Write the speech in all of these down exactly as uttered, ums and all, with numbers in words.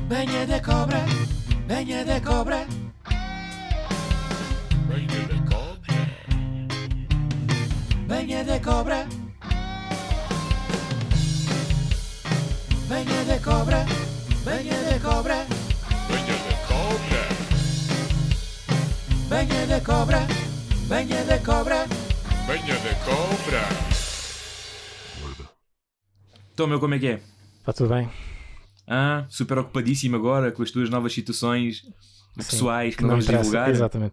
Banha da cobra, banha da cobra, Banha da cobra. banha da cobra, banha da cobra, banha da cobra, Banha da cobra. banha da cobra, banha da cobra. Banha da cobra. Então, meu, como é que é? Está tudo bem? Ah, super ocupadíssimo agora com as tuas novas situações pessoais que que não vamos interessa. divulgar. Exatamente.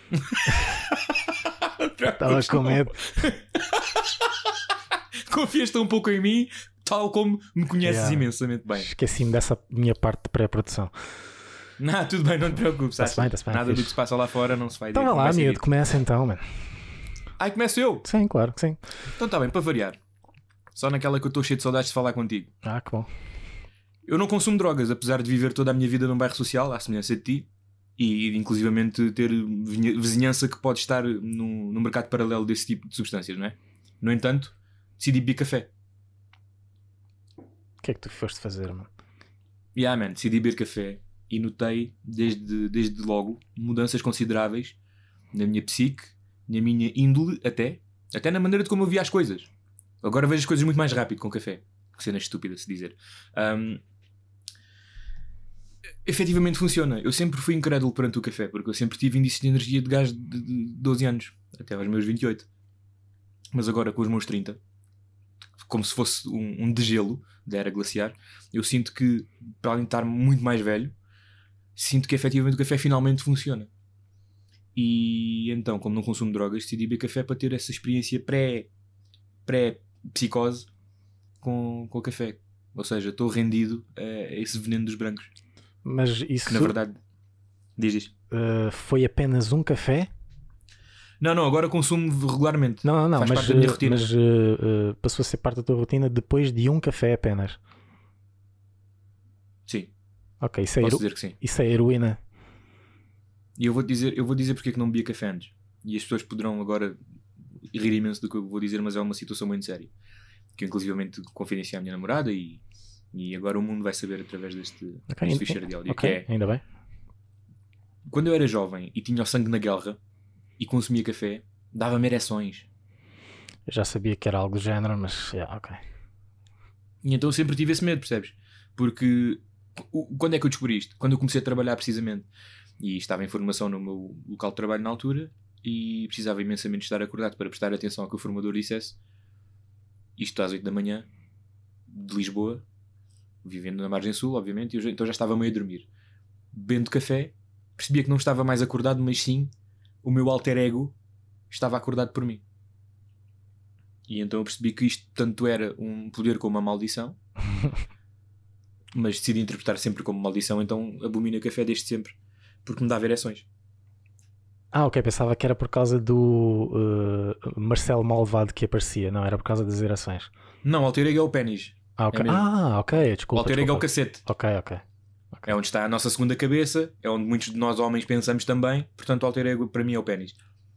Estava com medo. Confias-te um pouco em mim, tal como me conheces Yeah. imensamente bem. Esqueci-me dessa minha parte de pré-produção. Não, tudo bem, não te preocupes. Tá-se acha? bem, tá-se bem, Nada fixe. do que se passa lá fora não se vai Então dizer. vai não lá, vai ser miúdo, dito. começa então, mano. Ai, começo eu? Sim, claro que sim. Então está bem, para variar. Só naquela que eu estou cheio de saudades de falar contigo. Ah, que bom. Eu não consumo drogas, apesar de viver toda a minha vida num bairro social, à semelhança de ti, e inclusivamente ter vinha- vizinhança que pode estar no, no mercado paralelo desse tipo de substâncias, não é? No entanto, decidi beber café. O que é que tu foste fazer, mano? E ah, man, decidi beber café e notei desde, desde logo mudanças consideráveis na minha psique, na minha índole até, até na maneira de como eu via as coisas. Agora vejo as coisas muito mais rápido com café. Que cena estúpida se dizer. Um, efetivamente funciona. Eu sempre fui incrédulo perante o café, porque eu sempre tive índice de energia de gás de, de doze anos, até aos meus vinte e oito. Mas agora com os meus trinta, como se fosse um, um degelo da era glaciar, eu sinto que, para além de estar muito mais velho, sinto que efetivamente o café finalmente funciona. E então, como não consumo drogas, decidi beber café para ter essa experiência pré, pré-psicose com, com o café. Ou seja, estou rendido a esse veneno dos brancos. Mas isso Que na verdade... Diz isto. uh, foi apenas um café? Não, não, agora consumo regularmente. Não, não, não. Faz Mas, parte da minha uh, rotina. mas uh, uh, passou a ser parte da tua rotina depois de um café apenas. Sim, Ok, isso é, posso hero... dizer que sim. isso é heroína. E eu vou dizer, eu vou dizer porque é que não bebia café antes. E as pessoas poderão agora rir imenso do que eu vou dizer, mas é uma situação muito séria. Que eu inclusivamente confidenciei à minha namorada e, e agora o mundo vai saber através deste, Ok, deste ainda- ficheiro de áudio. ok, Que é, ainda bem. quando eu era jovem e tinha o sangue na guerra e consumia café, dava-me ereções. Eu já sabia que era algo do género, mas yeah, ok. E então eu sempre tive esse medo, percebes? Porque o- quando é que eu descobri isto? Quando eu comecei a trabalhar precisamente. E estava em formação no meu local de trabalho na altura e precisava imensamente estar acordado para prestar atenção ao que o formador dissesse. Isto às oito da manhã, de Lisboa, vivendo na margem sul, obviamente, e eu já, então já estava meio a dormir. Bebendo café, percebia que não estava mais acordado, mas sim o meu alter ego estava acordado por mim. E então eu percebi que isto tanto era um poder como uma maldição, mas decidi interpretar sempre como maldição, então abomino café desde sempre, porque me dava ereções. Ah, ok, pensava que era por causa do uh, Marcelo Malvado que aparecia. Não, era por causa das ereções. Não, o alter ego é o pénis. Ah, ok. É mesmo. ah, ok, O desculpa. alter ego é o desculpa. cacete. Ok, ok. É onde está a nossa segunda cabeça, é onde muitos de nós homens pensamos também, portanto o alter ego para mim é o pénis.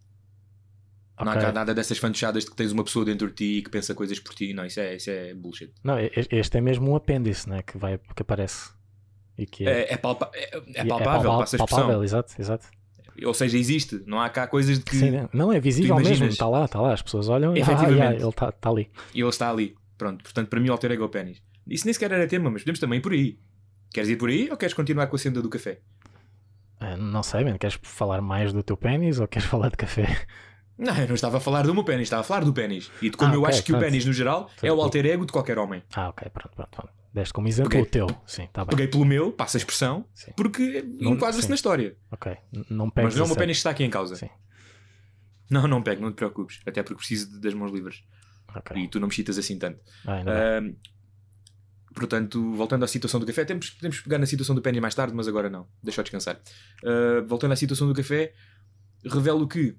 Não há Ok. cá nada dessas fantochadas de que tens uma pessoa dentro de ti que pensa coisas por ti. Não, isso é, isso é bullshit. Não, e- este é mesmo um apêndice, né? Que, vai, que aparece. E que É, é, palpa- é- é e palpável, palpá- passa a expressão. palpável, exato, exato. Ou seja, existe. Não há cá coisas de que Sim, né? Não, é visível imaginas- mesmo, está lá, está lá. As pessoas olham e ah, Efetivamente. yeah, ele está tá ali. ele está ali. Pronto, portanto para mim o alter ego é o pénis. Isso nem sequer era tema, mas podemos também ir por aí. Queres ir por aí ou queres continuar com a senda do café? Ah, não sei, man, queres falar mais do teu pênis ou queres falar de café? Não, eu não estava a falar do meu pénis, estava a falar do pénis. E de como Ah, eu ok, acho que o pronto. pénis no geral é o alter ego de qualquer homem. Ah, ok, pronto, pronto, pronto. Deste como exemplo Peguei- o teu. Sim, está bem. Peguei pelo meu, passa a expressão, Sim. porque Não- enquadra-se sim. na história. Ok, N- não Mas pegues não é o a meu sério. pénis que está aqui em causa. Sim, Não, não pego, não te preocupes. Até porque preciso de- das mãos livres. ok. E tu não me chitas assim tanto. Ah, ainda bem. Ahm, portanto, voltando à situação do café, temos, podemos pegar na situação do pénis mais tarde, mas agora não. Deixa eu descansar. Ah, voltando à situação do café, revelo que,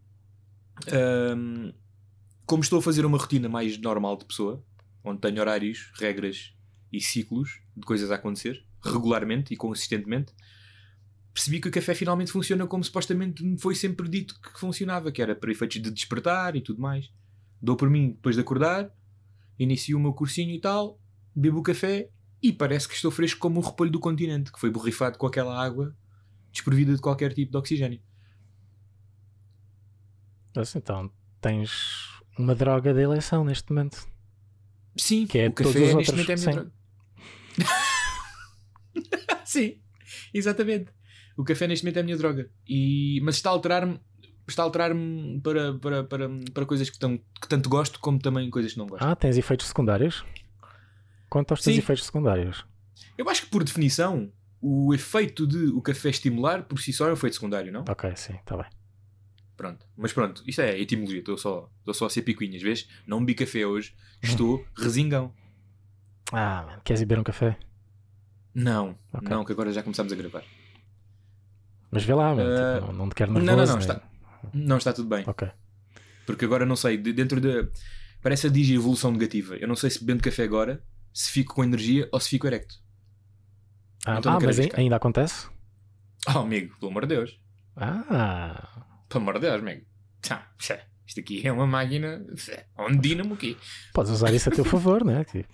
ahm, como estou a fazer uma rotina mais normal de pessoa, onde tenho horários, regras e ciclos de coisas a acontecer, regularmente e consistentemente, percebi que o café finalmente funciona como supostamente me foi sempre dito que funcionava, que era para efeitos de despertar e tudo mais. Dou por mim depois de acordar, inicio o meu cursinho e tal, bebo o café e parece que estou fresco como o repolho do continente, que foi borrifado com aquela água desprovida de qualquer tipo de oxigênio. Mas então, tens uma droga de eleição neste momento. Sim, Que é o todos café os neste outros, momento é a minha droga. Sim, exatamente. O café neste momento é a minha droga. E... Mas está a alterar-me está a alterar-me para, para, para, para coisas que, tão, que tanto gosto, como também coisas que não gosto. Ah, tens efeitos secundários? Quanto aos teus Sim. efeitos secundários? Eu acho que, por definição, o efeito de o café estimular por si só é um efeito secundário, não? Ok, sim, está bem. Pronto. Mas pronto, isto é etimologia. Estou só, estou só a ser picuinhas, vês? Não bebi café hoje. Estou resingão. Ah, mano, queres ir beber um café? Não, Ok. não, que agora já começámos a gravar. Mas vê lá, mano, Uh, tipo, não, não te quero Não, nervoso. não, não, né? está, não está tudo bem. Ok. Porque agora não sei, de- dentro da. Parece a digievolução negativa. Eu não sei se bebendo café agora, se fico com energia ou se fico erecto. Ah, Então não ah, quero mas ai- arriscar. ainda acontece? Oh, amigo, pelo amor de Deus. Ah, Pelo amor de Deus, amigo. Tá, isto aqui é uma máquina. É um dínamo aqui. podes usar isso a teu favor, né? Tipo,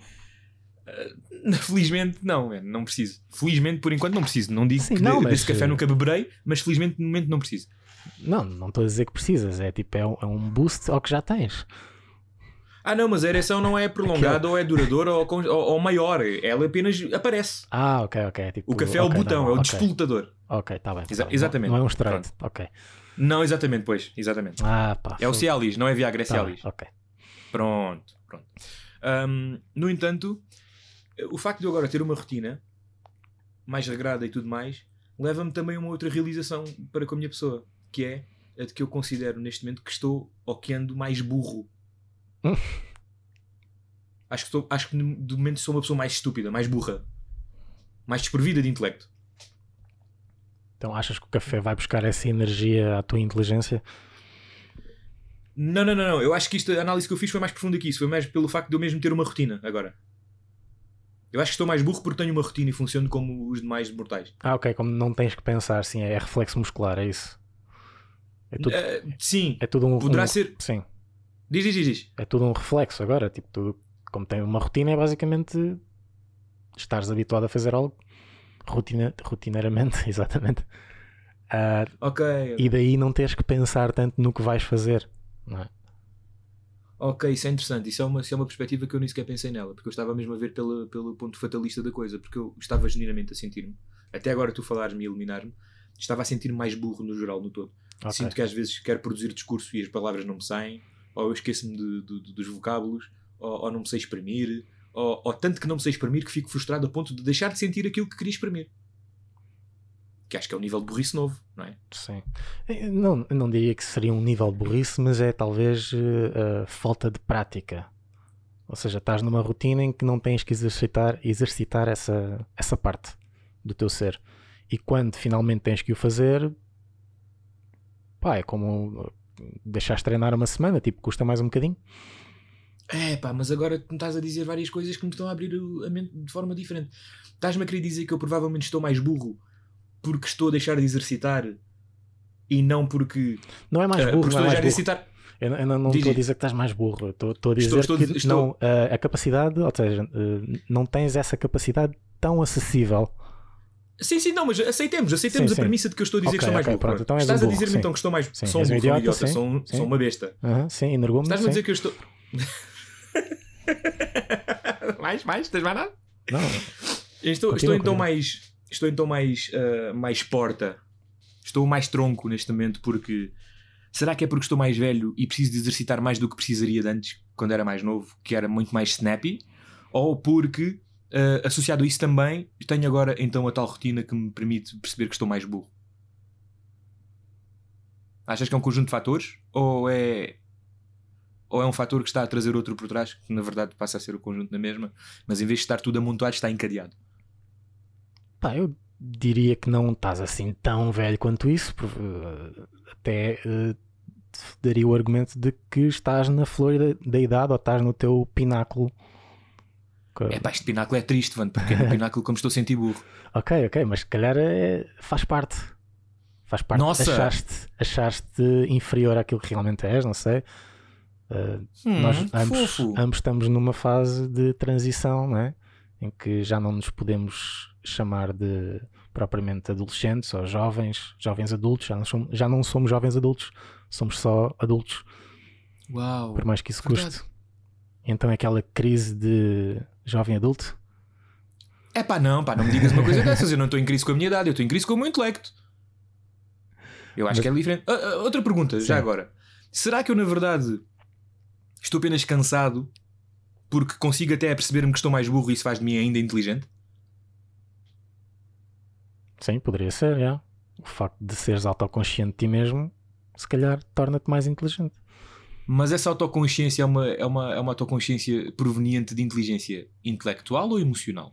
Felizmente, não, man, não preciso. Felizmente, por enquanto, não preciso. Não digo Sim, que não, de- mas, desse café eh, nunca beberei, mas felizmente, no momento, não preciso. não, não estou a dizer que precisas, é tipo, é um, é um boost ao que já tens. Ah, não, mas a ereção não é prolongada ou é duradoura ou, con- ou- ou maior. Ela apenas aparece. Ah, ok, ok. é Tipo, O café é o ok, botão, normal, é o ok. despolutador. Ok, está bem. Exa- tá bem. exatamente. Não, não é um straight. Ok. Não, exatamente, pois. Exatamente. Ah, pá. É o fogo. Cialis, não é Viagra, é Tá bem, Cialis. ok. Pronto, pronto. Ahm, no entanto, o facto de eu agora ter uma rotina mais regrada e tudo mais leva-me também a uma outra realização para com a minha pessoa, que é a de que eu considero neste momento que estou ou que ando mais burro. Hum. Acho que, estou, acho que de momento sou uma pessoa mais estúpida, mais burra, mais desprovida de intelecto. Então achas que o café vai buscar essa energia à tua inteligência? Não, não, não, não. Eu acho que isto, a análise que eu fiz foi mais profunda que isso. Foi mais pelo facto de eu mesmo ter uma rotina agora. Eu acho que estou mais burro porque tenho uma rotina e funciono como os demais mortais. Ah, ok, como não tens que pensar, sim, é reflexo muscular, é isso? É tudo, Ah, sim, é tudo um... poderá um- ser. Sim, Diz, diz, diz, diz. é tudo um reflexo agora, tipo, tudo, como tem uma rotina é basicamente estares habituado a fazer algo rotina, rotineiramente, exatamente. Ah, Ok, e daí não teres que pensar tanto no que vais fazer, não é? ok, isso é interessante. Isso é, uma, isso é uma perspectiva que eu nem sequer pensei nela, porque eu estava mesmo a ver pela, pelo ponto fatalista da coisa, porque eu estava genuinamente a sentir-me, até agora tu falares-me e eliminar-me, estava a sentir-me mais burro no geral, no todo. Ok. Sinto que às vezes quero produzir discurso e as palavras não me saem, ou eu esqueço-me de- de- de- dos vocábulos, ou, ou não me sei exprimir, ou, ou tanto que não me sei exprimir que fico frustrado a ponto de deixar de sentir aquilo que queria exprimir. Que acho que é um nível de burrice novo, não é? Sim. Eu Não, eu não diria que seria um nível de burrice, mas é talvez eh, a falta de prática. Ou seja, estás numa rotina em que não tens que exercitar, exercitar essa, essa parte do teu ser. E quando finalmente tens que o fazer, pá, é como deixares treinar uma semana, tipo, custa mais um bocadinho. É pá, mas agora me estás a dizer várias coisas que me estão a abrir o- a mente de forma diferente. Estás-me a querer dizer que eu provavelmente estou mais burro porque estou a deixar de exercitar e não porque, Não é mais eh, burro, porque não estou é a deixar mais de burro. exercitar. Eu, eu não não Diz, estou a diz. dizer que estás mais burro, eu estou, estou a dizer Estou- estou- que estou- não, a, a capacidade, ou seja, eh, não tens essa capacidade tão acessível. Sim, sim, não, mas aceitemos, aceitemos Sim, a sim. premissa de que eu estou a dizer Ok, que estou mais ok, burro. pronto, então és Estás um a burro, dizer-me sim. então que estou mais. Sim, Sou um és um burro, sou um idiota, idiota, sim, sou, um, sim. sou uma besta. Aham, sim, energúmeno, Estás-me a sim. dizer que eu estou. mais, mais? Tens mais nada? Não, Eu Estou, Continua, estou então continua. mais. Estou então mais. ah, mais porta. Estou mais tronco neste momento porque. Será que é porque estou mais velho e preciso de exercitar mais do que precisaria de antes, quando era mais novo, que era muito mais snappy? Ou porque, ah, associado a isso também, tenho agora então a tal rotina que me permite perceber que estou mais burro? Achas que é um conjunto de fatores? Ou é. Ou é um fator que está a trazer outro por trás, que na verdade passa a ser o conjunto na mesma, mas em vez de estar tudo amontoado, está encadeado? pá, eu diria que não estás assim tão velho quanto isso, por- eh, até eh, te daria o argumento de que estás na flor da, da idade ou estás no teu pináculo. Que- É pá, este pináculo é triste, mano, porque é no pináculo como estou a sentir burro. Ok, ok, mas se calhar é- faz parte. Faz parte. Nossa! Achaste, achaste inferior àquilo que realmente és, não sei. Uh, Hum, nós ambos, fofo. ambos estamos numa fase de transição, não é? em que já não nos podemos chamar de propriamente adolescentes ou jovens, jovens adultos, já não somos, já não somos jovens adultos, somos só adultos, Uau. por mais que isso Verdade. custe. Então aquela crise de jovem adulto, É pá, não, pá, não me digas uma coisa dessas. Eu não estou em crise com a minha idade, eu estou em crise com o meu intelecto. Eu acho Mas- que é diferente. Ah, ah, outra pergunta, já Sim. agora. Será que eu, na verdade, estou apenas cansado porque consigo até perceber-me que estou mais burro e isso faz de mim ainda inteligente? sim, poderia ser, já. O facto de seres autoconsciente de ti mesmo, se calhar torna-te mais inteligente. Mas essa autoconsciência é uma, é uma, é uma autoconsciência proveniente de inteligência intelectual ou emocional?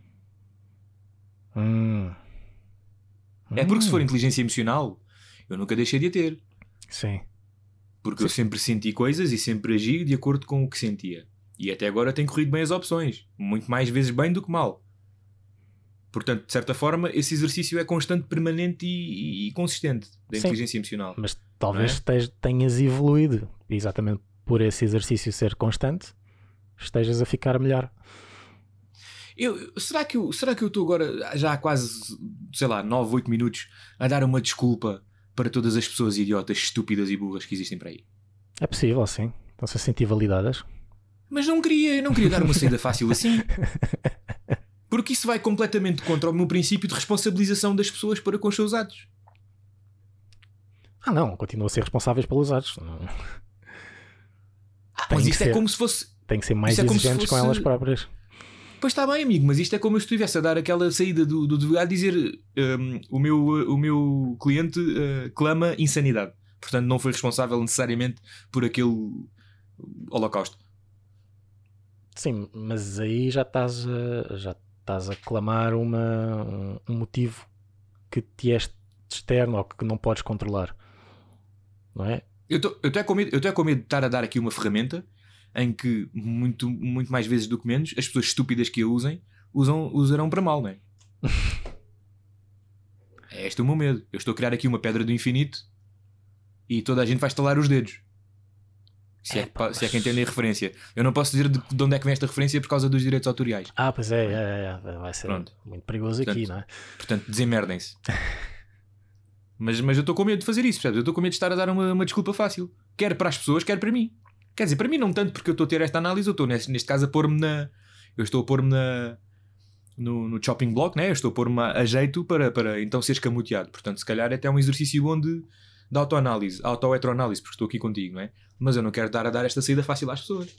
Hum. É porque se for Hum, inteligência emocional, eu nunca deixei de a ter. Sim. Porque eu sempre senti coisas e sempre agi de acordo com o que sentia. E até agora tem corrido bem as opções. Muito mais vezes bem do que mal. Portanto, de certa forma, esse exercício é constante, permanente e, e- e consistente da Sim. inteligência emocional. Mas talvez Não é? esteja- tenhas evoluído, exatamente por esse exercício ser constante, estejas a ficar melhor. Eu, será, que eu, será que eu estou agora, já há quase, sei lá, nove, oito minutos, a dar uma desculpa para todas as pessoas idiotas, estúpidas e burras que existem para aí? É possível, sim. Estão-se a sentir validadas. Mas não queria, eu não queria dar uma saída fácil assim. Porque isso vai completamente contra o meu princípio de responsabilização das pessoas para com os seus atos. Ah, não, continuam a ser responsáveis pelos atos. Não- Ah, Tem mas que isto é ser. como se fosse... Têm que ser mais Isso é como se exigentes com fosse- elas próprias. Pois está bem, amigo, mas isto é como eu estivesse a dar aquela saída do, do advogado a dizer hum, o, meu, o meu cliente uh, clama insanidade. Portanto, não foi responsável necessariamente por aquele holocausto. Sim, mas aí já estás a, já estás a clamar uma, um, um motivo que te é externo ou que não podes controlar. Não é? Eu estou com medo, eu estou com medo de estar a dar aqui uma ferramenta em que, muito, muito mais vezes do que menos, as pessoas estúpidas que a usem usam, usarão para mal, não é? É este o meu medo. Eu estou a criar aqui uma pedra do infinito e toda a gente vai estalar os dedos. Se é, que, Epá, se é mas- que entendem a referência. Eu não posso dizer de, de onde é que vem esta referência por causa dos direitos autoriais. Ah, pois é, é, é, vai ser Pronto. muito perigoso aqui, Portanto, não é? Portanto, desemerdem-se. mas, mas eu estou com medo de fazer isso, percebes? Eu estou com medo de estar a dar uma, uma desculpa fácil. Quer para as pessoas, quer para mim. Quer dizer, para mim não tanto porque eu estou a ter esta análise, eu estou neste, neste caso a pôr-me na... Eu estou a pôr-me na... No, no chopping block, né? Eu estou a pôr-me a jeito para, para então ser escamoteado. Portanto, se calhar é até um exercício bom de, de autoanálise, auto-heteroanálise, porque estou aqui contigo, não é? Mas eu não quero estar a dar esta saída fácil às pessoas.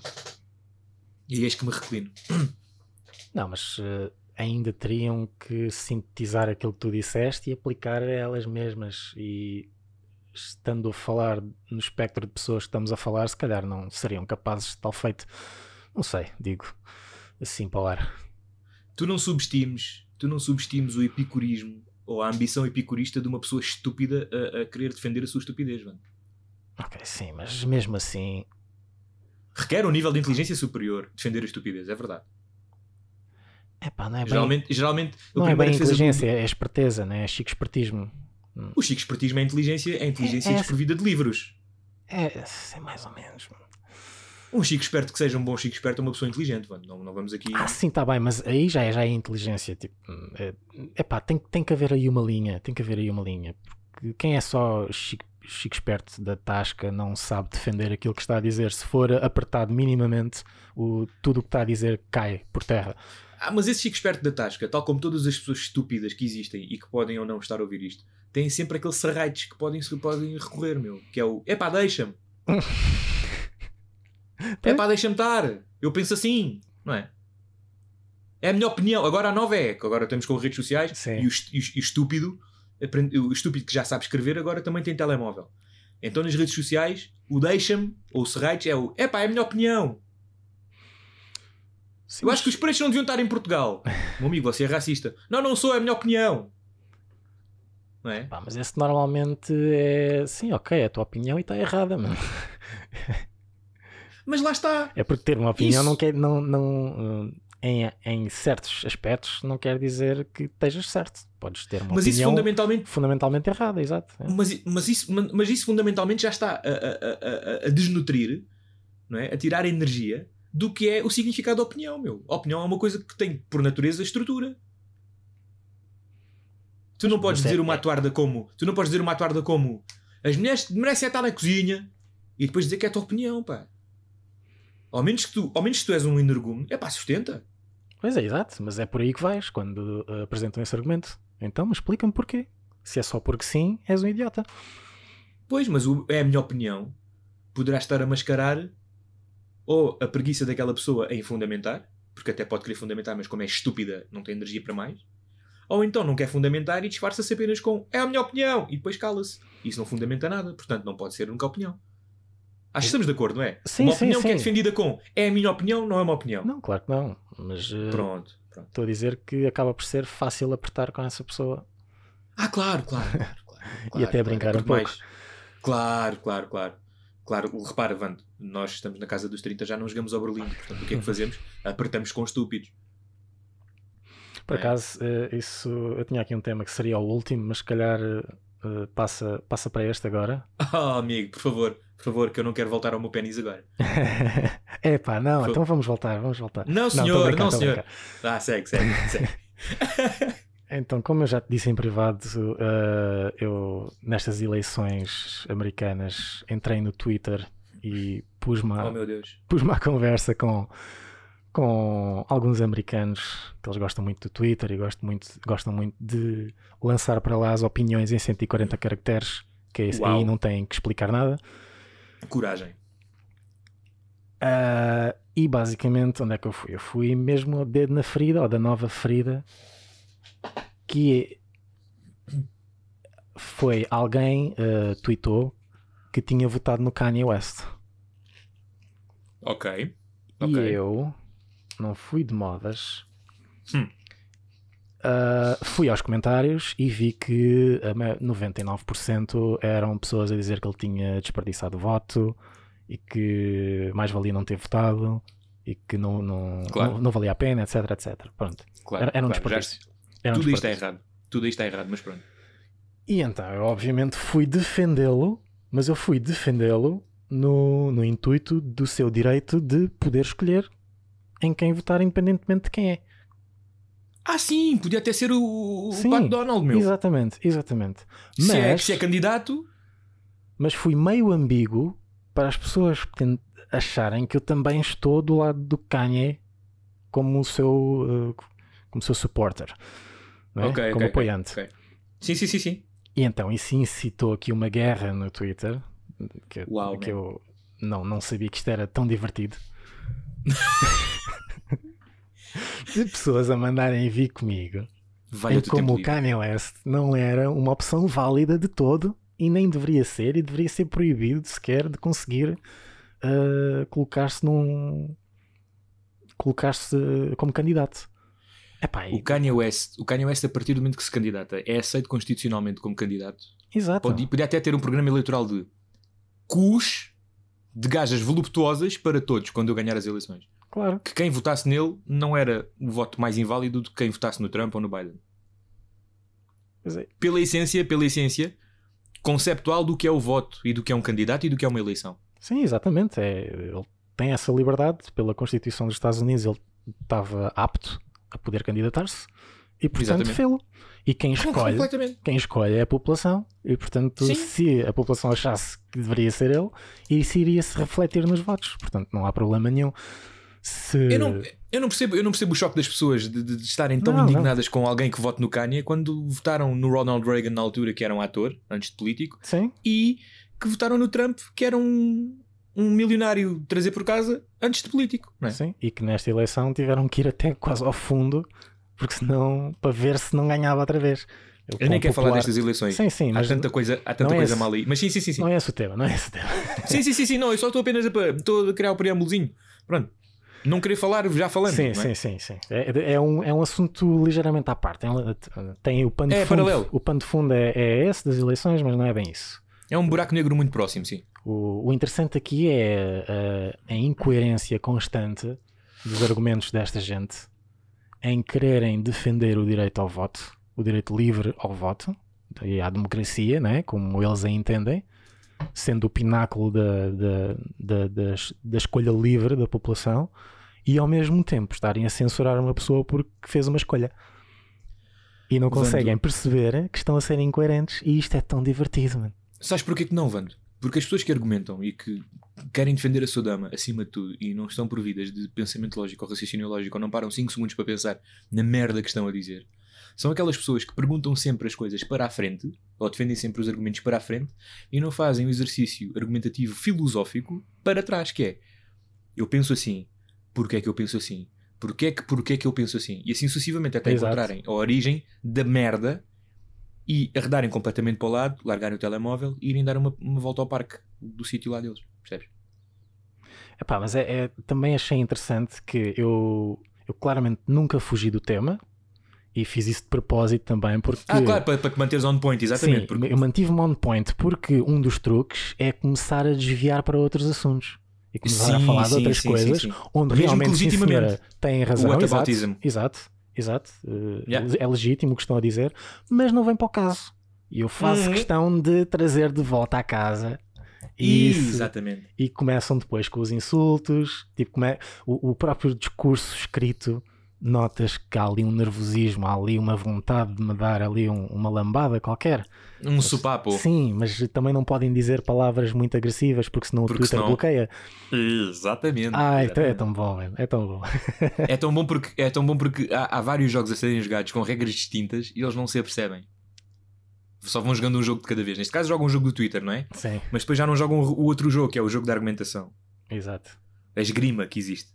E eis que me reclino. Não, mas eh, ainda teriam que sintetizar aquilo que tu disseste e aplicar a elas mesmas. E estando a falar no espectro de pessoas que estamos a falar, se calhar não seriam capazes de tal feito. Não sei, digo assim para o ar. Tu não subestimes, tu não subestimes o epicurismo ou a ambição epicurista de uma pessoa estúpida a, a querer defender a sua estupidez, mano. Ok, sim, mas mesmo assim, Requer um nível de inteligência superior defender a estupidez, é verdade. epá, não é bem, Geralmente, geralmente a não é primeira bem defesa do- inteligência, é esperteza, né? É chico espertismo. O chico espertismo é inteligência, é inteligência É- é- desprovida de livros. É, é mais ou menos. Um chico esperto que seja um bom chico esperto é uma pessoa inteligente, mano. Não, não vamos aqui... Ah, sim, está bem, mas aí já é, já é inteligência. Tipo, é, epá, tem, tem que haver aí uma linha. Tem que haver aí uma linha. Porque quem é só chico, chico esperto da tasca não sabe defender aquilo que está a dizer. Se for apertado minimamente, o, tudo o que está a dizer cai por terra. Ah, mas esse chico esperto da tasca, tal como todas as pessoas estúpidas que existem e que podem ou não estar a ouvir isto, têm sempre aqueles serraites que podem, podem recorrer, meu. Que é o, epá, deixa-me. Epá, deixa-me estar. Eu penso assim, não é? É a minha opinião. Agora a nova é que agora estamos com redes sociais Sim. e o, est- e o- e o estúpido, aprende- o estúpido que já sabe escrever agora também tem telemóvel. Então nas redes sociais, o deixa-me ou o serraites é o, epá, é a minha opinião. Sim, Eu acho que os pretos não deviam estar em Portugal. Meu amigo, você é racista. Não, não sou, é a minha opinião. Não é? pá, mas esse normalmente é. Sim, ok, é a tua opinião e está errada, mano. Mas lá está. É porque ter uma opinião Isso. não quer. Não, não, uh, em, em certos aspectos não quer dizer que estejas certo. Podes ter uma Mas isso opinião fundamentalmente, fundamentalmente errada, exato. É. mas, mas, isso, mas isso fundamentalmente já está a, a, a, a desnutrir, não é? A tirar energia do que é o significado da opinião, meu. A opinião é uma coisa que tem, por natureza, estrutura. Tu não podes dizer uma atuarda como... Tu não podes dizer uma atuarda como... As mulheres merecem estar na cozinha e depois dizer que é a tua opinião, pá. Ao menos que tu, ao menos que tu és um energúmeno, é pá, sustenta. Pois é, exato. Mas é por aí que vais quando uh, apresentam esse argumento. Então, mas explica-me porquê. Se é só porque sim, és um idiota. Pois, mas o, é a minha opinião. Poderá estar a mascarar ou a preguiça daquela pessoa em fundamentar, porque até pode querer fundamentar, mas como é estúpida, não tem energia para mais. Ou então não quer fundamentar e disfarça-se apenas com é a minha opinião e depois cala-se. Isso não fundamenta nada, portanto não pode ser nunca opinião. Acho que estamos de acordo, não é? Sim, uma sim, opinião sim. que é defendida com é a minha opinião, não é uma opinião. Não, claro que não. Mas uh, Pronto, pronto. estou a dizer que acaba por ser fácil apertar com essa pessoa. Ah, claro, claro, claro, claro, E claro, até brincar é um porque pouco. mais- Claro, claro, claro. Claro, repara, Vando, nós estamos na casa dos trinta, já não jogamos ao Berlim, portanto o que é que fazemos? Apertamos com estúpidos. Por É. acaso, uh, isso, eu tinha aqui um tema que seria o último, mas se calhar uh, passa, passa para este agora. Ah, amigo, por favor, por favor, que eu não quero voltar ao meu pênis agora. É pá, não, Foi- então vamos voltar, vamos voltar. Não, tô a senhor, brincar, não, tô a senhor. brincar. Ah, segue, segue, segue. Então, como eu já te disse em privado, uh, eu nestas eleições americanas entrei no Twitter e pus-me à, Oh, meu Deus. pus-me à conversa com, com alguns americanos que eles gostam muito do Twitter e gostam muito, gostam muito de lançar para lá as opiniões em cento e quarenta caracteres, que esse Uau. aí não tem que explicar nada. Coragem. Ah, e basicamente, onde é que eu fui? Eu fui mesmo ao dedo na ferida, ou da nova ferida, que foi alguém uh, tweetou que tinha votado no Kanye West. Ok. E Ok. eu não fui de modas. Hum. Uh, fui aos comentários e vi que a ma- noventa e nove por cento eram pessoas a dizer que ele tinha desperdiçado o voto e que mais valia não ter votado e que não, não, Claro. não, não valia a pena, etc, etc. Pronto. Claro, Era, era um claro, já- desperdício. Era um Tudo isto é desperdício. errado. Tudo isto é errado, mas pronto. E então eu obviamente fui defendê-lo, mas eu fui defendê-lo no, no intuito do seu direito de poder escolher em quem votar independentemente de quem é. Ah, sim, podia até ser o, o Sim, Pato Donald, meu. Exatamente, exatamente. Se, é, Mas, se é candidato, mas fui meio ambíguo para as pessoas ten- acharem que eu também estou do lado do Kanye como o seu, uh, como seu supporter, não é? Ok, ok, como ok, apoiante. ok. Sim, sim, sim, sim. E então isso incitou aqui uma guerra no Twitter que, Uau, que man. eu não, não sabia que isto era tão divertido. De pessoas a mandarem vir comigo Valha em o teu como tempo o livre. Kanye West não era uma opção válida de todo e nem deveria ser e deveria ser proibido sequer de conseguir uh, colocar-se num colocar-se como candidato. Epá, e- O Kanye West, o Kanye West, a partir do momento que se candidata, é aceito constitucionalmente como candidato. exato. Pode, podia até ter um programa eleitoral de cus de gajas voluptuosas para todos quando eu ganhar as eleições. Claro. Que quem votasse nele não era o voto mais inválido do que quem votasse no Trump ou no Biden. Pois é. Pela essência, pela essência conceptual do que é o voto e do que é um candidato e do que é uma eleição. Sim, exatamente. É, ele tem essa liberdade pela Constituição dos Estados Unidos. Ele estava apto a poder candidatar-se e, portanto, Exatamente. fê-lo. E quem escolhe, Completamente. quem escolhe é a população. E, portanto, Sim. se a população achasse que deveria ser ele, isso iria se refletir nos votos. Portanto, não há problema nenhum. Se... Eu não, eu, não percebo, eu não percebo o choque das pessoas de, de- de estarem tão Não, indignadas com alguém que vote no Kanye quando votaram no Ronald Reagan na altura, que era um ator, antes de político, Sim, e que votaram no Trump, que era um, um milionário de trazer por casa, antes de político. Não é? sim. E que nesta eleição tiveram que ir até quase ao fundo, porque senão, para ver se não ganhava outra vez. O Eu pão nem quero falar popular- destas eleições. Sim, sim, Há mas tanta coisa, há tanta não é coisa esse. mal aí. Mas sim, sim, sim. Sim, não é esse o tema, não é esse o tema. sim, sim, sim, sim, não, eu só estou apenas a, estou a criar o preâmbulozinho. Pronto. Não querer falar já falando. Sim, não sim, é? sim, sim. É, é, um, é um assunto ligeiramente à parte. Tem, tem o pano de É fundo. paralelo. O pano de fundo é, é esse das eleições, mas não é bem isso. É um buraco negro muito próximo, sim. O, o interessante aqui é a, a incoerência constante dos argumentos desta gente em quererem defender o direito ao voto, o direito livre ao voto e à democracia, né? Como eles a entendem, sendo o pináculo da, da, da, da, da escolha livre da população, e ao mesmo tempo estarem a censurar uma pessoa porque fez uma escolha. E não conseguem Vando. perceber que estão a ser incoerentes, e isto é tão divertido, mano. Sabes porquê que não, Vando? Porque as pessoas que argumentam e que querem defender a sua dama acima de tudo e não estão providas de pensamento lógico ou raciocínio lógico ou não param cinco segundos para pensar na merda que estão a dizer, são aquelas pessoas que perguntam sempre as coisas para a frente ou defendem sempre os argumentos para a frente e não fazem o exercício argumentativo filosófico para trás, que é: eu penso assim, porque é que eu penso assim? Porquê é que, porquê é que eu penso assim? E assim sucessivamente até Exato. encontrarem a origem da merda e arredarem completamente para o lado, largarem o telemóvel e irem dar uma, uma volta ao parque do sítio lá deles, percebes? Epá, mas é, é- também achei interessante que eu, eu claramente nunca fugi do tema, e fiz isso de propósito também, porque... Ah, claro, para, para te manteres on point, exatamente. Sim, porque... eu mantive-me on point porque um dos truques é começar a desviar para outros assuntos e começar a Sim, falar de sim, outras sim, coisas sim, sim. onde Mesmo realmente, que sim, legitimamente. senhora, têm razão. O Exato, whataboutism. exato, exato. Uh, Yeah. É legítimo o que estão a dizer, mas não vem para o caso. E eu faço Uhum. questão de trazer de volta à casa. E, isso- Exatamente. e começam depois com os insultos, tipo, come... o, o próprio discurso escrito, notas que há ali um nervosismo, há ali uma vontade de me dar ali um- uma lambada qualquer. Um sopapo. Sim, mas também não podem dizer palavras muito agressivas porque senão o Porque Twitter senão- bloqueia. Exatamente. Ah, então é exatamente. tão bom, mano. É tão bom. É tão bom porque, é tão bom porque há, há vários jogos a serem jogados com regras distintas e eles não se apercebem. Só vão jogando um jogo de cada vez. Neste caso jogam um jogo do Twitter, não é? Sim, Mas depois já não jogam o outro jogo, que é o jogo da argumentação. exato. A esgrima que existe.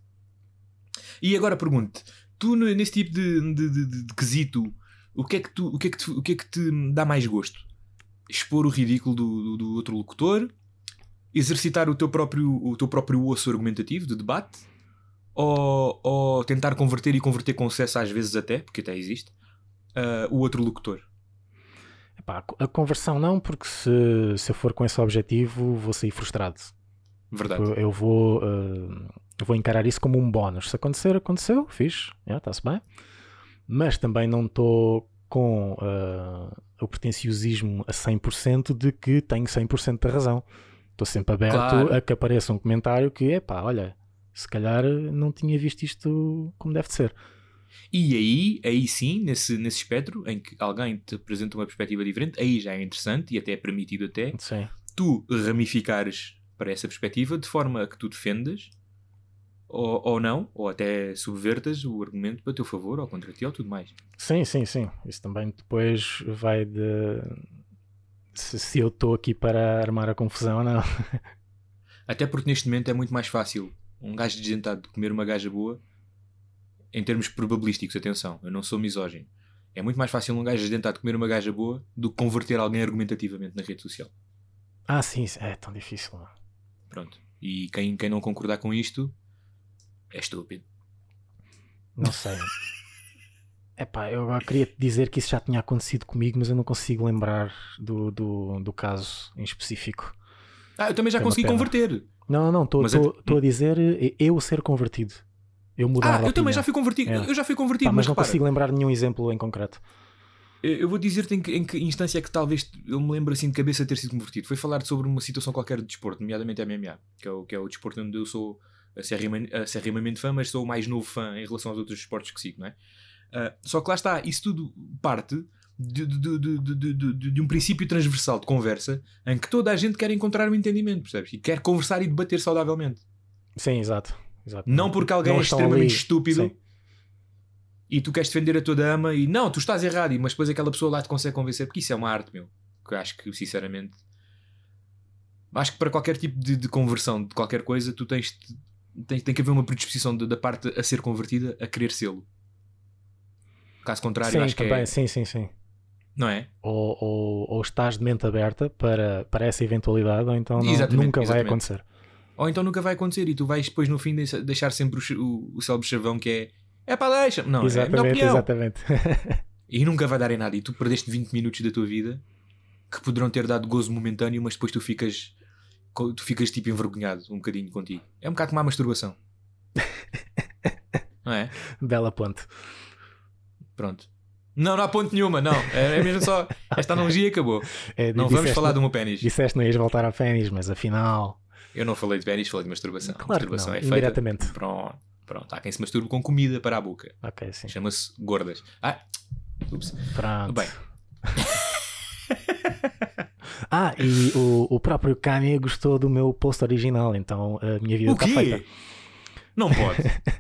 E agora pergunto, tu no- nesse tipo de, de, de- de- de quesito, o que, é que tu, o, que é que te, o que é que te dá mais gosto? Expor o ridículo do, do, do outro locutor? Exercitar o teu próprio, o teu próprio osso argumentativo de debate? Ou, ou tentar converter e converter com sucesso às vezes até, porque até existe, ah, o outro locutor? Epá, a conversão não, porque se, se eu for com esse objetivo vou sair frustrado. Verdade. Eu, eu vou, uh, eu vou encarar isso como um bónus. Se acontecer, aconteceu, fixe, está-se bem. Mas também não estou com uh, o pretenciosismo a cem por cento de que tenho cem por cento da razão. Estou sempre aberto Claro. a que apareça um comentário que, epá, olha, se calhar não tinha visto isto como deve de ser. E aí, aí sim, nesse, nesse espectro em que alguém te apresenta uma perspectiva diferente, aí já é interessante e até é permitido até Sim. tu ramificares para essa perspectiva de forma a que tu defendas ou, ou não, ou até subvertas o argumento para teu favor ou contra ti ou tudo mais. Sim, sim, sim. Isso também depois vai de se, se eu estou aqui para armar a confusão ou não. Até porque neste momento é muito mais fácil um gajo desdentado comer uma gaja boa em termos probabilísticos, atenção, eu não sou misógino. É muito mais fácil um gajo desdentado comer uma gaja boa do que converter alguém argumentativamente na rede social. Ah, sim, isso é tão difícil. Não? Pronto. E quem, quem não concordar com isto é estúpido. Não sei. Epá, eu agora queria te dizer que isso já tinha acontecido comigo, mas eu não consigo lembrar do, do, do caso em específico. Ah, eu também já É uma consegui pena. converter. Não, não, estou Mas é- a dizer eh, eu ser convertido. Eu mudar Ah, de eu também opinião. já fui convertido. É. Eu já fui convertido, Pá, mas, mas não repara, consigo lembrar nenhum exemplo em concreto. eu eu vou dizer-te em que, em que instância é que talvez eu me lembro assim de cabeça ter sido convertido. Foi falar sobre uma situação qualquer de desporto, nomeadamente M M A, que é o, que é o desporto onde eu sou acerrima- acerrimamente fã, mas sou o mais novo fã em relação aos outros esportes que sigo, não é? Ah, só que lá está, isso tudo parte de, de, de, de, de, de, de um princípio transversal de conversa em que toda a gente quer encontrar um entendimento, percebes? E quer conversar e debater saudavelmente. Sim, exato. exato. Não porque alguém Não é estão extremamente ali- estúpido Sim. e tu queres defender a tua dama e não, tu estás errado, e- mas depois aquela pessoa lá te consegue convencer, porque isso é uma arte, meu. Que eu acho que, sinceramente, acho que para qualquer tipo de, de conversão de qualquer coisa, tu tens, tens tem que haver uma predisposição de- da parte a ser convertida a querer sê-lo. Caso contrário, Sim, acho que também, é. sim, sim, sim. Não é? Ou, ou, ou estás de mente aberta para, para essa eventualidade, ou então não- Exatamente, nunca vai exatamente. acontecer. Ou então nunca vai acontecer e tu vais depois no fim deixa- deixar sempre o, ch- o, o célebre chavão que é é pá, deixa. Não, é a minha exatamente, opinião. exatamente. E nunca vai dar em nada. E tu perdeste vinte minutos da tua vida que poderão ter dado gozo momentâneo, mas depois tu ficas co- tu ficas tipo envergonhado um bocadinho contigo. É um bocado como a masturbação. Não é? Bela ponte. Pronto. Não, não há ponto nenhuma, não. É, é mesmo só. Esta analogia acabou. É, Não vamos disseste- falar do meu pênis. Disseste que não ias voltar a pênis, mas afinal. Eu não falei de pênis, falei de masturbação. Claro que masturbação não, é feita. indiretamente. Pronto, pronto. Há quem se masturbe com comida para a boca. Ok, sim. Chama-se gordas. Ah, ups. Pronto. Bem, Ah, e o, o próprio Kanye gostou do meu post original, então a minha vida o está feita. quê? Não pode.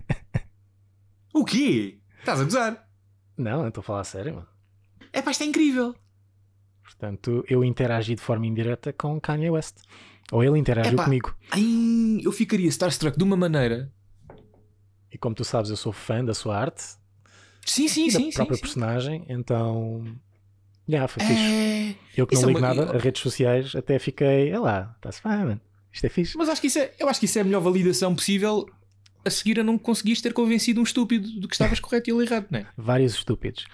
O quê? Estás a gozar? Não, eu estou a falar a sério, mano. É pá, isto é incrível. Portanto, eu interagi de forma indireta com Kanye West. Ou ele interagiu Epá. comigo. Ai, eu ficaria starstruck de uma maneira. E como tu sabes, eu sou fã da sua arte Sim, sim, e da sim. própria sim, sim. personagem, então. Já, foi fixe. É... Eu que isso não é ligo uma- nada a redes sociais, até fiquei, é lá, está-se bem, mano. Isto é fixe. Mas acho que isso é, eu acho que isso é a melhor validação possível a seguir a não conseguires ter convencido um estúpido de que estavas correto e ele errado, não é? Vários estúpidos.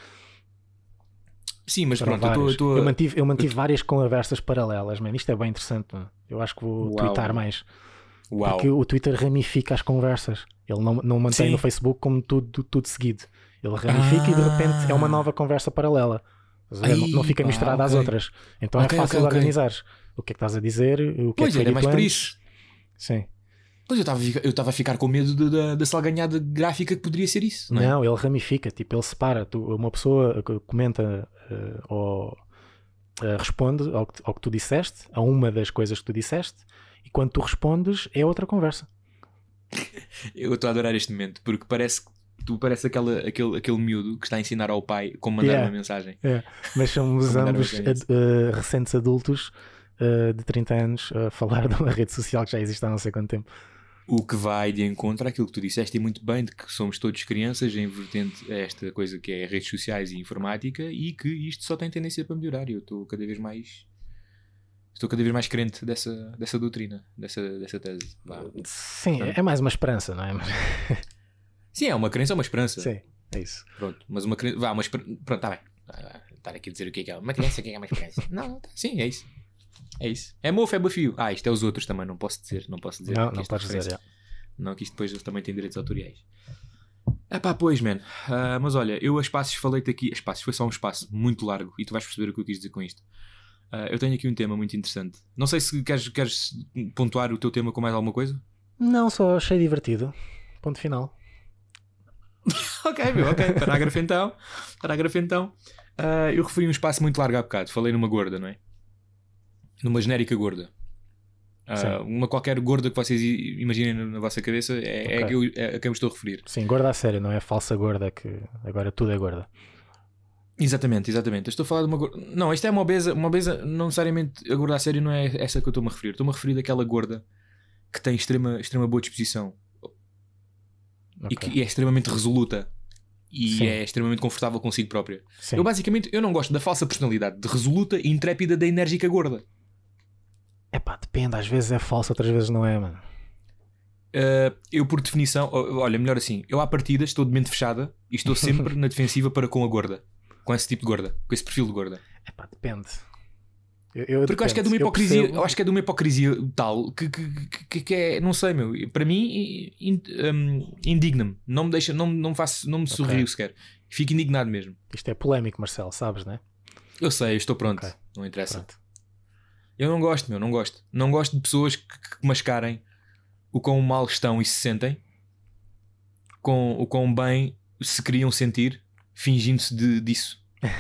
Sim, mas Foram pronto, eu vários. estou. Eu mantive, eu mantive várias conversas paralelas, mano. Isto é bem interessante, mano. Eu acho que vou Uau. twittar mais. Uau. Porque o Twitter ramifica as conversas. Ele não, não mantém Sim. no Facebook como tudo, tudo seguido. Ele ramifica e de repente é uma Ah. nova conversa paralela. Estás a ver? Ai, não, não fica pá, misturada às ok. outras. Então Ok, é fácil ok, de ok. organizar. O que é que estás a dizer? O que Pois é que era foi mais dito por antes. isso. Sim. Pois eu estava a ficar- eu estava a ficar com medo de- da, da salganhada gráfica que poderia ser isso, não é? Não, ele ramifica, tipo, ele separa. Tu- uma pessoa que comenta eh, ou eh, responde ao que, ao que tu disseste, a uma das coisas que tu disseste, e quando tu respondes é outra conversa. Eu estou a adorar este momento porque parece que tu parece aquela, aquele, aquele miúdo que está a ensinar ao pai como mandar Yeah. uma mensagem. Mas somos Como dar ambos uma coisa. ad- eh, recentes adultos eh, de trinta anos a falar de uma rede social que já existe há não sei quanto tempo. O que vai de encontro àquilo que tu disseste e muito bem, de que somos todos crianças em vertente a esta coisa que é redes sociais e informática e que isto só tem tendência para melhorar. E eu estou cada vez mais estou cada vez mais crente dessa, dessa doutrina, dessa, dessa tese. Vá. Sim, Portanto- é mais uma esperança, não é? Sim, é uma crença, é uma esperança. Sim, é isso. Pronto, mas uma crença. Vá, uma esper... Pronto, está bem. Ah, estar aqui a dizer o que é que é. Uma crença, o que é que é uma esperança? Não, não, tá. Sim, é isso. É isso. É mofo, é bafio. Ah, isto é os outros também, não posso dizer. Não posso dizer. Não, que não isto é podes dizer. referência. já. Não, que isto depois eles também têm direitos autoriais. Ah pá, pois, man. Ah, mas olha, eu a espaços falei-te aqui. A espaços foi só um espaço muito largo e tu vais perceber o que eu quis dizer com isto. Ah, eu tenho aqui um tema muito interessante. Não sei se queres, queres pontuar o teu tema com mais alguma coisa. Não, só achei divertido. Ponto final. Ok, meu, ok. Parágrafo então. Parágrafo então. Ah, eu referi um espaço muito largo há bocado. Falei numa gorda, não é? Numa genérica gorda. Ah, Sim. uma qualquer gorda que vocês i- imaginem na, na vossa cabeça é, é, a Ok. que eu- é a quem eu estou a referir. Sim, gorda a sério, não é falsa gorda que agora tudo é gorda. Exatamente, exatamente. Eu estou a falar de uma gorda. Não, isto é uma obesa. Uma obesa, não necessariamente a gorda a sério, não é essa que eu estou-me a referir. Estou-me a referir daquela gorda que tem extrema, extrema boa disposição e Ok. que é extremamente resoluta e Sim. é extremamente confortável consigo própria. Sim. Eu basicamente eu não gosto da falsa personalidade de resoluta e intrépida da enérgica gorda. Epá, depende, às vezes é falso, outras vezes não é, mano. Uh, eu, por definição, o- olha, melhor assim, eu à partida estou de mente fechada e estou sempre na defensiva para com a gorda, com esse tipo de gorda, com esse perfil de gorda. Epá, depende. Eu, eu Porque eu acho que é de uma depende. Eu hipocrisia, eu, percebo- acho que é de uma hipocrisia tal que, que, que, que é, não sei, meu, para mim in- um, indigna-me, não me deixa, não, não, faço, não me Ok. sorrio sequer, fico indignado mesmo. Isto é polémico, Marcelo, sabes, né? Eu sei, eu estou pronto, Ok. não interessa. Pronto. Eu não gosto, meu, não gosto. Não gosto de pessoas que, que mascarem o quão mal estão e se sentem, com o quão bem se queriam sentir, fingindo-se de, disso.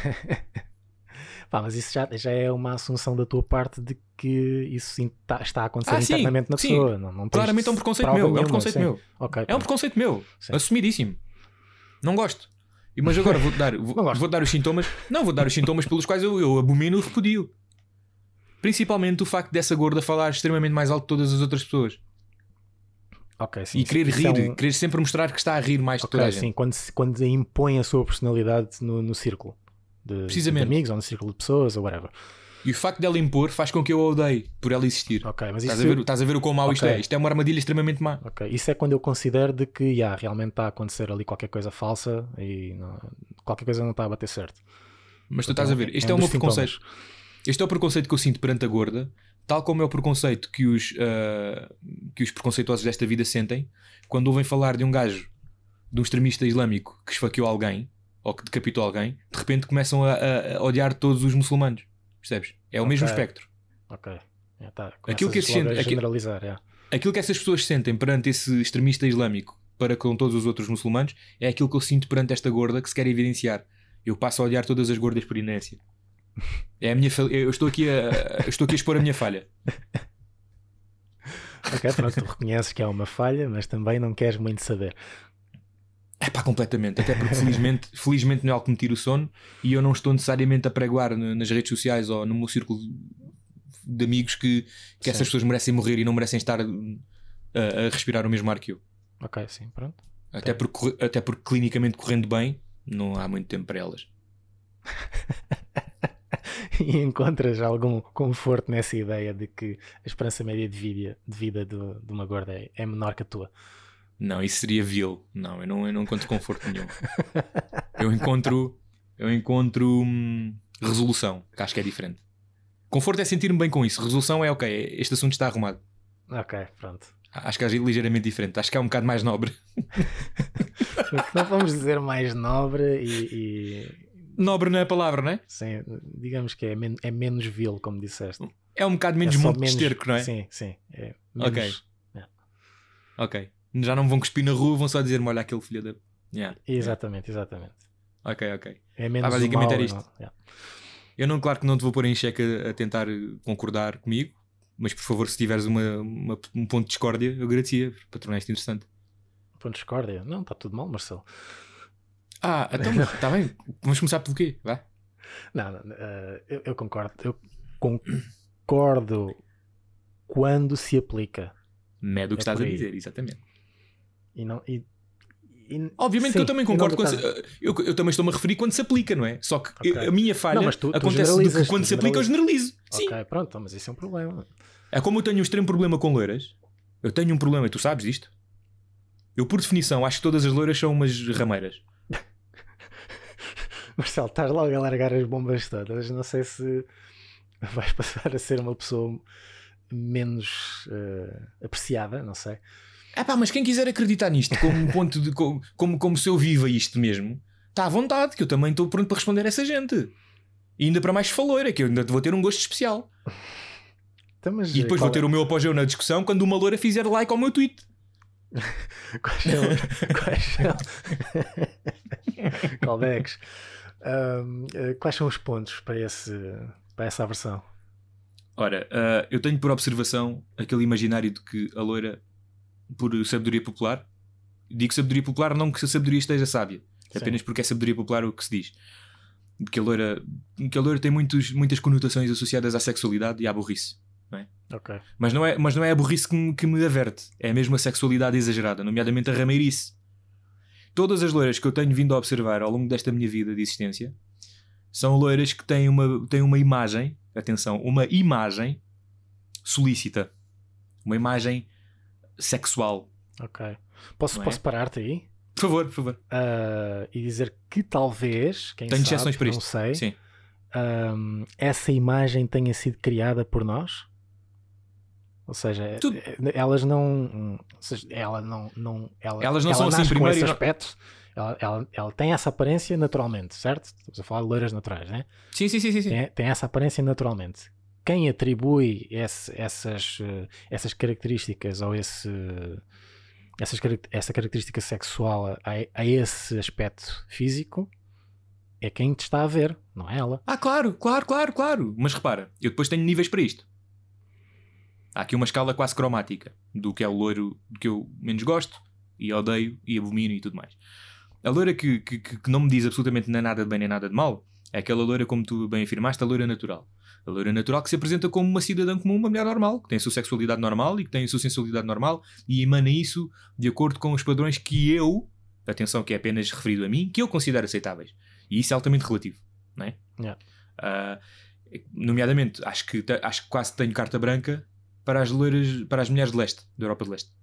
Pá, mas isso já, já é uma assunção da tua parte de que isso sim tá- está a acontecer Ah, sim, internamente na sim. pessoa. Não, não tens Claramente é um preconceito prova meu, é um nenhuma, preconceito sim. meu. Ok, É um pronto. preconceito meu, Sim. assumidíssimo. Não gosto. E- Mas agora vou dar, vou, Não gosto. vou dar os sintomas. Não, vou dar os sintomas pelos quais eu, eu abomino e repudio. Principalmente o facto dessa gorda falar extremamente mais alto que todas as outras pessoas. Ok, sim, E isso- querer isso rir, é um- querer sempre mostrar que está a rir mais que Ok, toda a gente. sim, quando, se- quando impõe a sua personalidade no, no círculo de, Precisamente. de amigos ou no círculo de pessoas ou whatever. E o facto dela impor faz com que eu a odeie por ela existir. Ok, mas isso, Estás a, ver, estás a ver o quão mau isto Ok. é? Isto é uma armadilha extremamente má. ok, isso é quando eu considero de que já, realmente está a acontecer ali qualquer coisa falsa e não- qualquer coisa não está a bater certo. Mas tu estás a ver, Então, este é, um o meu dos preconceito. sintomas. Este é o preconceito que eu sinto perante a gorda, tal como é o preconceito que os, ah, que os preconceituosos desta vida sentem quando ouvem falar de um gajo, de um extremista islâmico que esfaqueou alguém ou que decapitou alguém, de repente começam a, a, a odiar todos os muçulmanos. Percebes? É o Ok. mesmo espectro. Ok. É, tá. Aquilo que Começas se logo sente- a aqui- generalizar. é. Aquilo que essas pessoas sentem perante esse extremista islâmico para com todos os outros muçulmanos é aquilo que eu sinto perante esta gorda que se quer evidenciar. Eu passo a odiar todas as gordas por inércia. É a minha fal... Eu estou aqui a... eu estou aqui a expor a minha falha. Ok, pronto, tu reconheces que é uma falha, mas também não queres muito saber. É pá, completamente. Até porque felizmente, felizmente não é algo que me tira o sono e eu não estou necessariamente a pregoar n- nas redes sociais ou no meu círculo de amigos que, que essas Sim. pessoas merecem morrer e não merecem estar a, a respirar o mesmo ar que eu. Ok, sim, pronto. Até porque, corre- até porque clinicamente correndo bem, não há muito tempo para elas. E encontras algum conforto nessa ideia de que a esperança média de vida, de, vida do- de uma gorda é, é menor que a tua? Não, isso seria vil. Não, eu não, eu não encontro conforto nenhum. Eu encontro, eu encontro hum, resolução, que acho que é diferente. Conforto é sentir-me bem com isso. Resolução é ok, este assunto está arrumado. Ok, pronto. Acho que é ligeiramente diferente. Acho que é um bocado mais nobre. Porque não vamos dizer mais nobre e, e- Nobre não é a palavra, não é? sim, digamos que é, men- é menos vil, como disseste. É um bocado menos É só monte de esterco, não é? Sim, sim. É Ok. menos- Ok. Já não me vão cuspir na rua, vão só dizer-me: olha aquele filho da. Yeah. Exatamente, exatamente. Ok, ok. É menos Ah, basicamente o mal, era isto. não- yeah. Eu não, claro que não te vou pôr em xeque a, a tentar concordar comigo, mas por favor, se tiveres uma, uma- um ponto de discórdia, eu agradecia para tornar isto interessante. Ponto de discórdia. Não, está tudo mal, Marcelo. Ah, então está bem. Vamos começar pelo quê? Vá. Não, não, eh, eu, eu concordo. Eu concordo quando se aplica. Mede o que É estás por a aí. dizer, exatamente. E não, e, e- Obviamente sim, que eu também e não concordo do com. caso- se- Eu, eu também estou-me a referir quando se aplica, não é? Só que Ok. a minha falha Não, mas tu- tu acontece de generalizas, que quando tu se aplica eu generalizo. Sim. Ok, pronto, mas isso é um problema. É como eu tenho um extremo problema com loiras. Eu tenho um problema, e tu sabes disto. Eu, por definição, acho que todas as loiras são umas rameiras. Marcelo, estás logo a largar as bombas todas. Não sei se vais passar a ser uma pessoa menos eh, apreciada, não sei. É pá, mas quem quiser acreditar nisto como um ponto de. Como, como, como se eu viva isto mesmo, está à vontade, que eu também estou pronto para responder a essa gente. E ainda para mais se for loira, que eu ainda vou ter um gosto especial. Então, mas, E depois qual vou ter o meu apogeu na discussão quando uma loira fizer like ao meu tweet. Quais são, quais são... Callbacks. Ahm, eh, quais são os pontos para, esse, para essa versão? Ora, ah, eu tenho por observação aquele imaginário de que a loira, por sabedoria popular, digo sabedoria popular não que a sabedoria esteja sábia, Sim. apenas porque é sabedoria popular o que se diz. De que a loira, que a loira tem muitos, muitas conotações associadas à sexualidade e à burrice. Ok. Mas não é, mas não é a burrice que me, que me averte, é mesmo a sexualidade exagerada, nomeadamente a rameirice. Todas as loiras que eu tenho vindo a observar ao longo desta minha vida de existência são loiras que têm uma, têm uma imagem, atenção, uma imagem solícita, uma imagem sexual. Ok. Posso, Não é? posso parar-te aí? Por favor, por favor. Ah, e dizer que talvez, quem Tenho sabe, exceções para não isto. sei, Sim. ahm, essa imagem tenha sido criada por nós? Ou seja, Tudo- eh, elas não, ou seja, ela não, não ela, Elas não ela são assim nasce com primeiro esse e não- aspecto. Ela, ela, ela tem essa aparência naturalmente, certo? Estamos a falar de loiras naturais, né? Sim, sim, sim, sim, sim. Tem, tem essa aparência naturalmente. Quem atribui esse- essas, eh, essas características ou esse, essas, carac- essa característica sexual a, a esse aspecto físico é quem te está a ver, não é ela. Ah, claro, claro, claro, claro. Mas repara, eu depois tenho níveis para isto. Há aqui uma escala quase cromática do que é o loiro do que eu menos gosto e odeio e abomino e tudo mais. A loira que, que, que que não me diz absolutamente nem nada de bem nem nada de mal é aquela loira, como tu bem afirmaste, a loira natural. A loira natural que se apresenta como uma cidadã comum, uma mulher normal, que tem a sua sexualidade normal e que tem a sua sensualidade normal e emana isso de acordo com os padrões que eu, atenção que é apenas referido a mim, que eu considero aceitáveis. E isso é altamente relativo, não é? Yeah. Ah, nomeadamente, acho que, te- acho que quase tenho carta branca para as loiras, para as mulheres de leste, da Europa de Leste.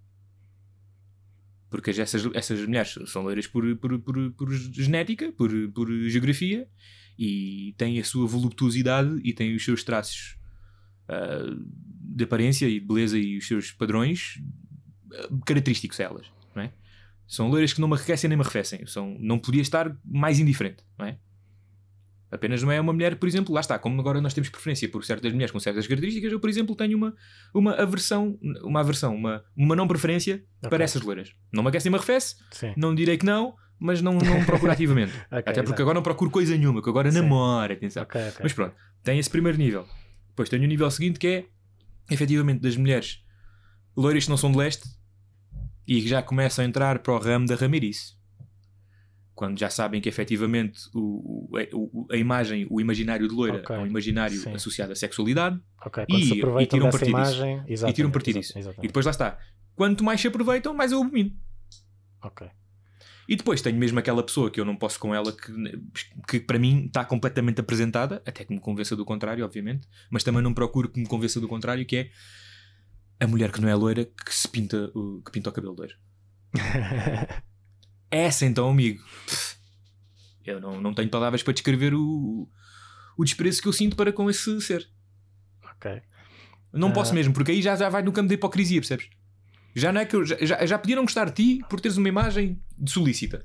Porque essas, essas mulheres são loiras por, por, por, por genética, por, por geografia, e têm a sua voluptuosidade e têm os seus traços ah, de aparência e de beleza e os seus padrões ah, característicos a elas, não é? São loiras que não me arrefecem nem me arrefecem. São, não podia estar mais indiferente, não é? Apenas não é uma mulher, por exemplo, lá está, como agora nós temos preferência por certas mulheres com certas características, eu, por exemplo, tenho uma, uma aversão, uma aversão, uma, uma não preferência Ok. para essas loiras. Não me aquece nem me arrefece, Sim. não direi que não, mas não, não procuro ativamente. Ok, Até porque exato. agora não procuro coisa nenhuma, que agora Sim. namoro, atenção. Ok, ok. Mas pronto, tem esse primeiro nível. Depois tem o nível seguinte que é, efetivamente, das mulheres loiras que não são de leste e que já começam a entrar para o ramo da ramirice. Quando já sabem que efetivamente o, o, o, a imagem, o imaginário de loira Ok. é um imaginário Sim. associado à sexualidade Ok, quando e- se e aproveitam tiram dessa partido disso. imagem. e Exatamente, tiram partido exato- disso. E exatamente. depois lá está. Quanto mais se aproveitam, mais eu abomino. Ok. E depois tenho mesmo aquela pessoa que eu não posso com ela, que, que para mim está completamente apresentada, até que me convença do contrário, obviamente, mas também não procuro que me convença do contrário, que é a mulher que não é loira que se pinta o, que pinta o cabelo loiro. Essa então, amigo, pff, eu não, não tenho palavras para descrever o, o desprezo que eu sinto para com esse ser. Ok. Não Ah. posso mesmo, porque aí já, já vai no campo da hipocrisia, percebes? Já não é que eu, já, já, já podiam gostar de ti por teres uma imagem de solícita.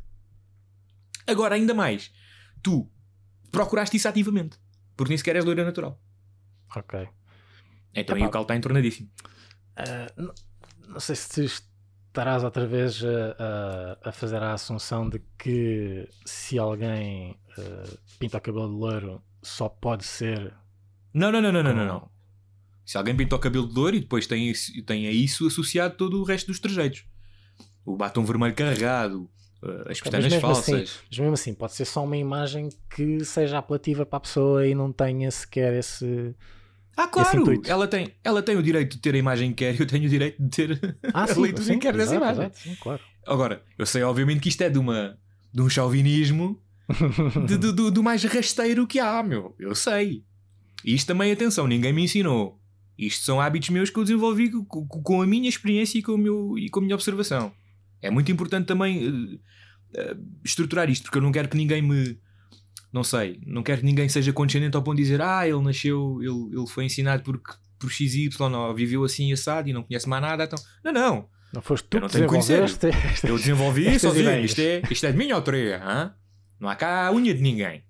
Agora, ainda mais, tu procuraste isso ativamente, porque nem sequer és loira natural. Ok. Então aí Epá. o calo está entornadíssimo. Ah, não, não sei se estarás outra vez a, a- a fazer a assunção de que se alguém ah, pinta o cabelo de loiro só pode ser. Não, não, não, não, não, Com- não, não. Se alguém pinta o cabelo de loiro e depois tem, isso- tem a isso associado todo o resto dos trejeitos. O batom vermelho carregado, uh, as pestanas mesmo falsas. assim- Mas mesmo assim, pode ser só uma imagem que seja apelativa para a pessoa e não tenha sequer esse. Ah, esse claro! intuito. Ela tem, ela tem o direito de ter a imagem que quer e eu tenho o direito de ter Ah, a sim, leitura sim, que quer dessa exato, imagem. exato, sim, claro. Agora, eu sei obviamente que isto é de, uma, de um chauvinismo de- de- do, do mais rasteiro que há, meu. Eu sei. E isto também, atenção, ninguém me ensinou. Isto são hábitos meus que eu desenvolvi com, com- com a minha experiência e com, o meu, e com a minha observação. É muito importante também eh, eh, estruturar isto, porque eu não quero que ninguém me... Não sei, não quero que ninguém seja condescendente ao ponto de dizer ah, ele nasceu, ele, ele foi ensinado por, por X Y, ou viveu assim assado e não conhece mais nada. Então... Não, não. Não foste tu Eu não que tenho que conhecer. desenvolveste. Eu desenvolvi Estas sozinho. ideias. Isto é, isto é de minha autoria. Hã? Não há cá a unha de ninguém.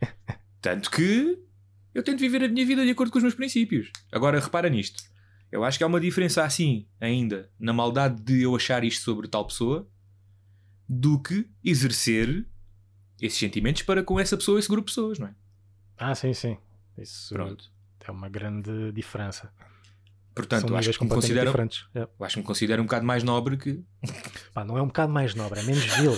Tanto que eu tento viver a minha vida de acordo com os meus princípios. Agora, repara nisto. Eu acho que há uma diferença assim, ainda, na maldade de eu achar isto sobre tal pessoa, do que exercer esses sentimentos para com essa pessoa, esse grupo de pessoas, não é? Ah, sim, sim. Isso Pronto. é uma grande diferença. Portanto, São acho níveis que, me completamente considero, diferentes. É. eu acho que me considero um bocado mais nobre que... Pá, não é um bocado mais nobre, é menos vil.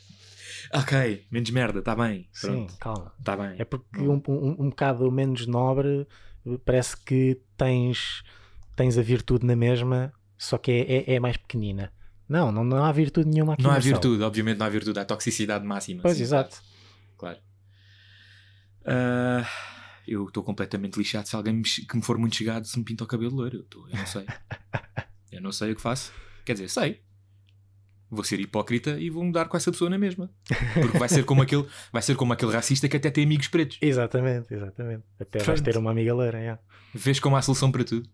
Ok, menos merda, está bem. Sim, Pronto, calma. está bem. É porque um, um, um bocado menos nobre eh, parece que tens, tens a virtude na mesma, só que é, é, é mais pequenina. Não, não, não há virtude nenhuma aqui. Não há Marcelo. virtude, obviamente não há virtude, há toxicidade máxima. Pois, sim, exato. Claro. Ah, eu estou completamente lixado se alguém me che- que me for muito chegado se me pinta o cabelo loiro. Eu, tô- eu não sei. Eu não sei o que faço. Quer dizer, sei. Vou ser hipócrita e vou mudar com essa pessoa na mesma. Porque vai ser como aquele, vai ser como aquele racista que até tem amigos pretos. Exatamente, exatamente. Até vais Pronto. ter uma amiga loira, é. Vês como há solução para tudo.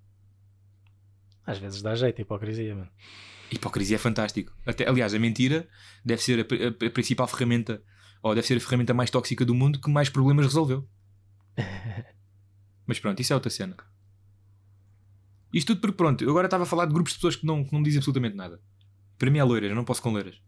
Às vezes dá jeito, a hipocrisia, mano. Hipocrisia é fantástico. Até, aliás, a mentira deve ser a, pri- a- a principal ferramenta, ou deve ser a ferramenta mais tóxica do mundo que mais problemas resolveu. Mas pronto, isso é outra cena. Isto tudo porque, pronto, eu agora estava a falar de grupos de pessoas que não, que não me dizem absolutamente nada. Para mim é loiras, eu não posso com loiras.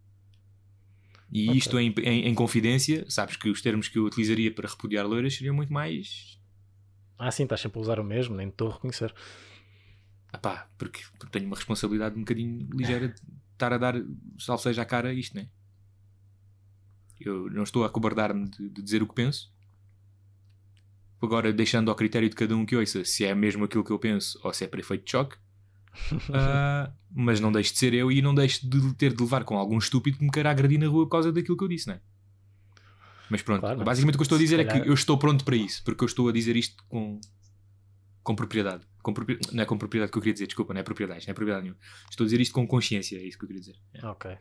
E Ok. isto em, em, em confidência, sabes que os termos que eu utilizaria para repudiar loiras seriam muito mais... Ah, sim, estás sempre a usar o mesmo, nem estou a reconhecer. Ah pá, porque, porque tenho uma responsabilidade um bocadinho ligeira de estar a dar, salvo seja a cara, isto, né? Eu não estou a acobardar-me de, de dizer o que penso. Agora, deixando ao critério de cada um que ouça se é mesmo aquilo que eu penso ou se é para efeito de choque. Ah, mas não deixe de ser eu e não deixe de ter de levar com algum estúpido que me queira agredir na rua por causa daquilo que eu disse, não é? Mas pronto, Claro, mas basicamente o que eu estou a se dizer é calhar- que eu estou pronto para isso, porque eu estou a dizer isto com, com propriedade. Com propri... Não é com propriedade que eu queria dizer, desculpa, não é propriedade, não é propriedade nenhuma. Estou a dizer isto com consciência, é isso que eu queria dizer. É. Ok.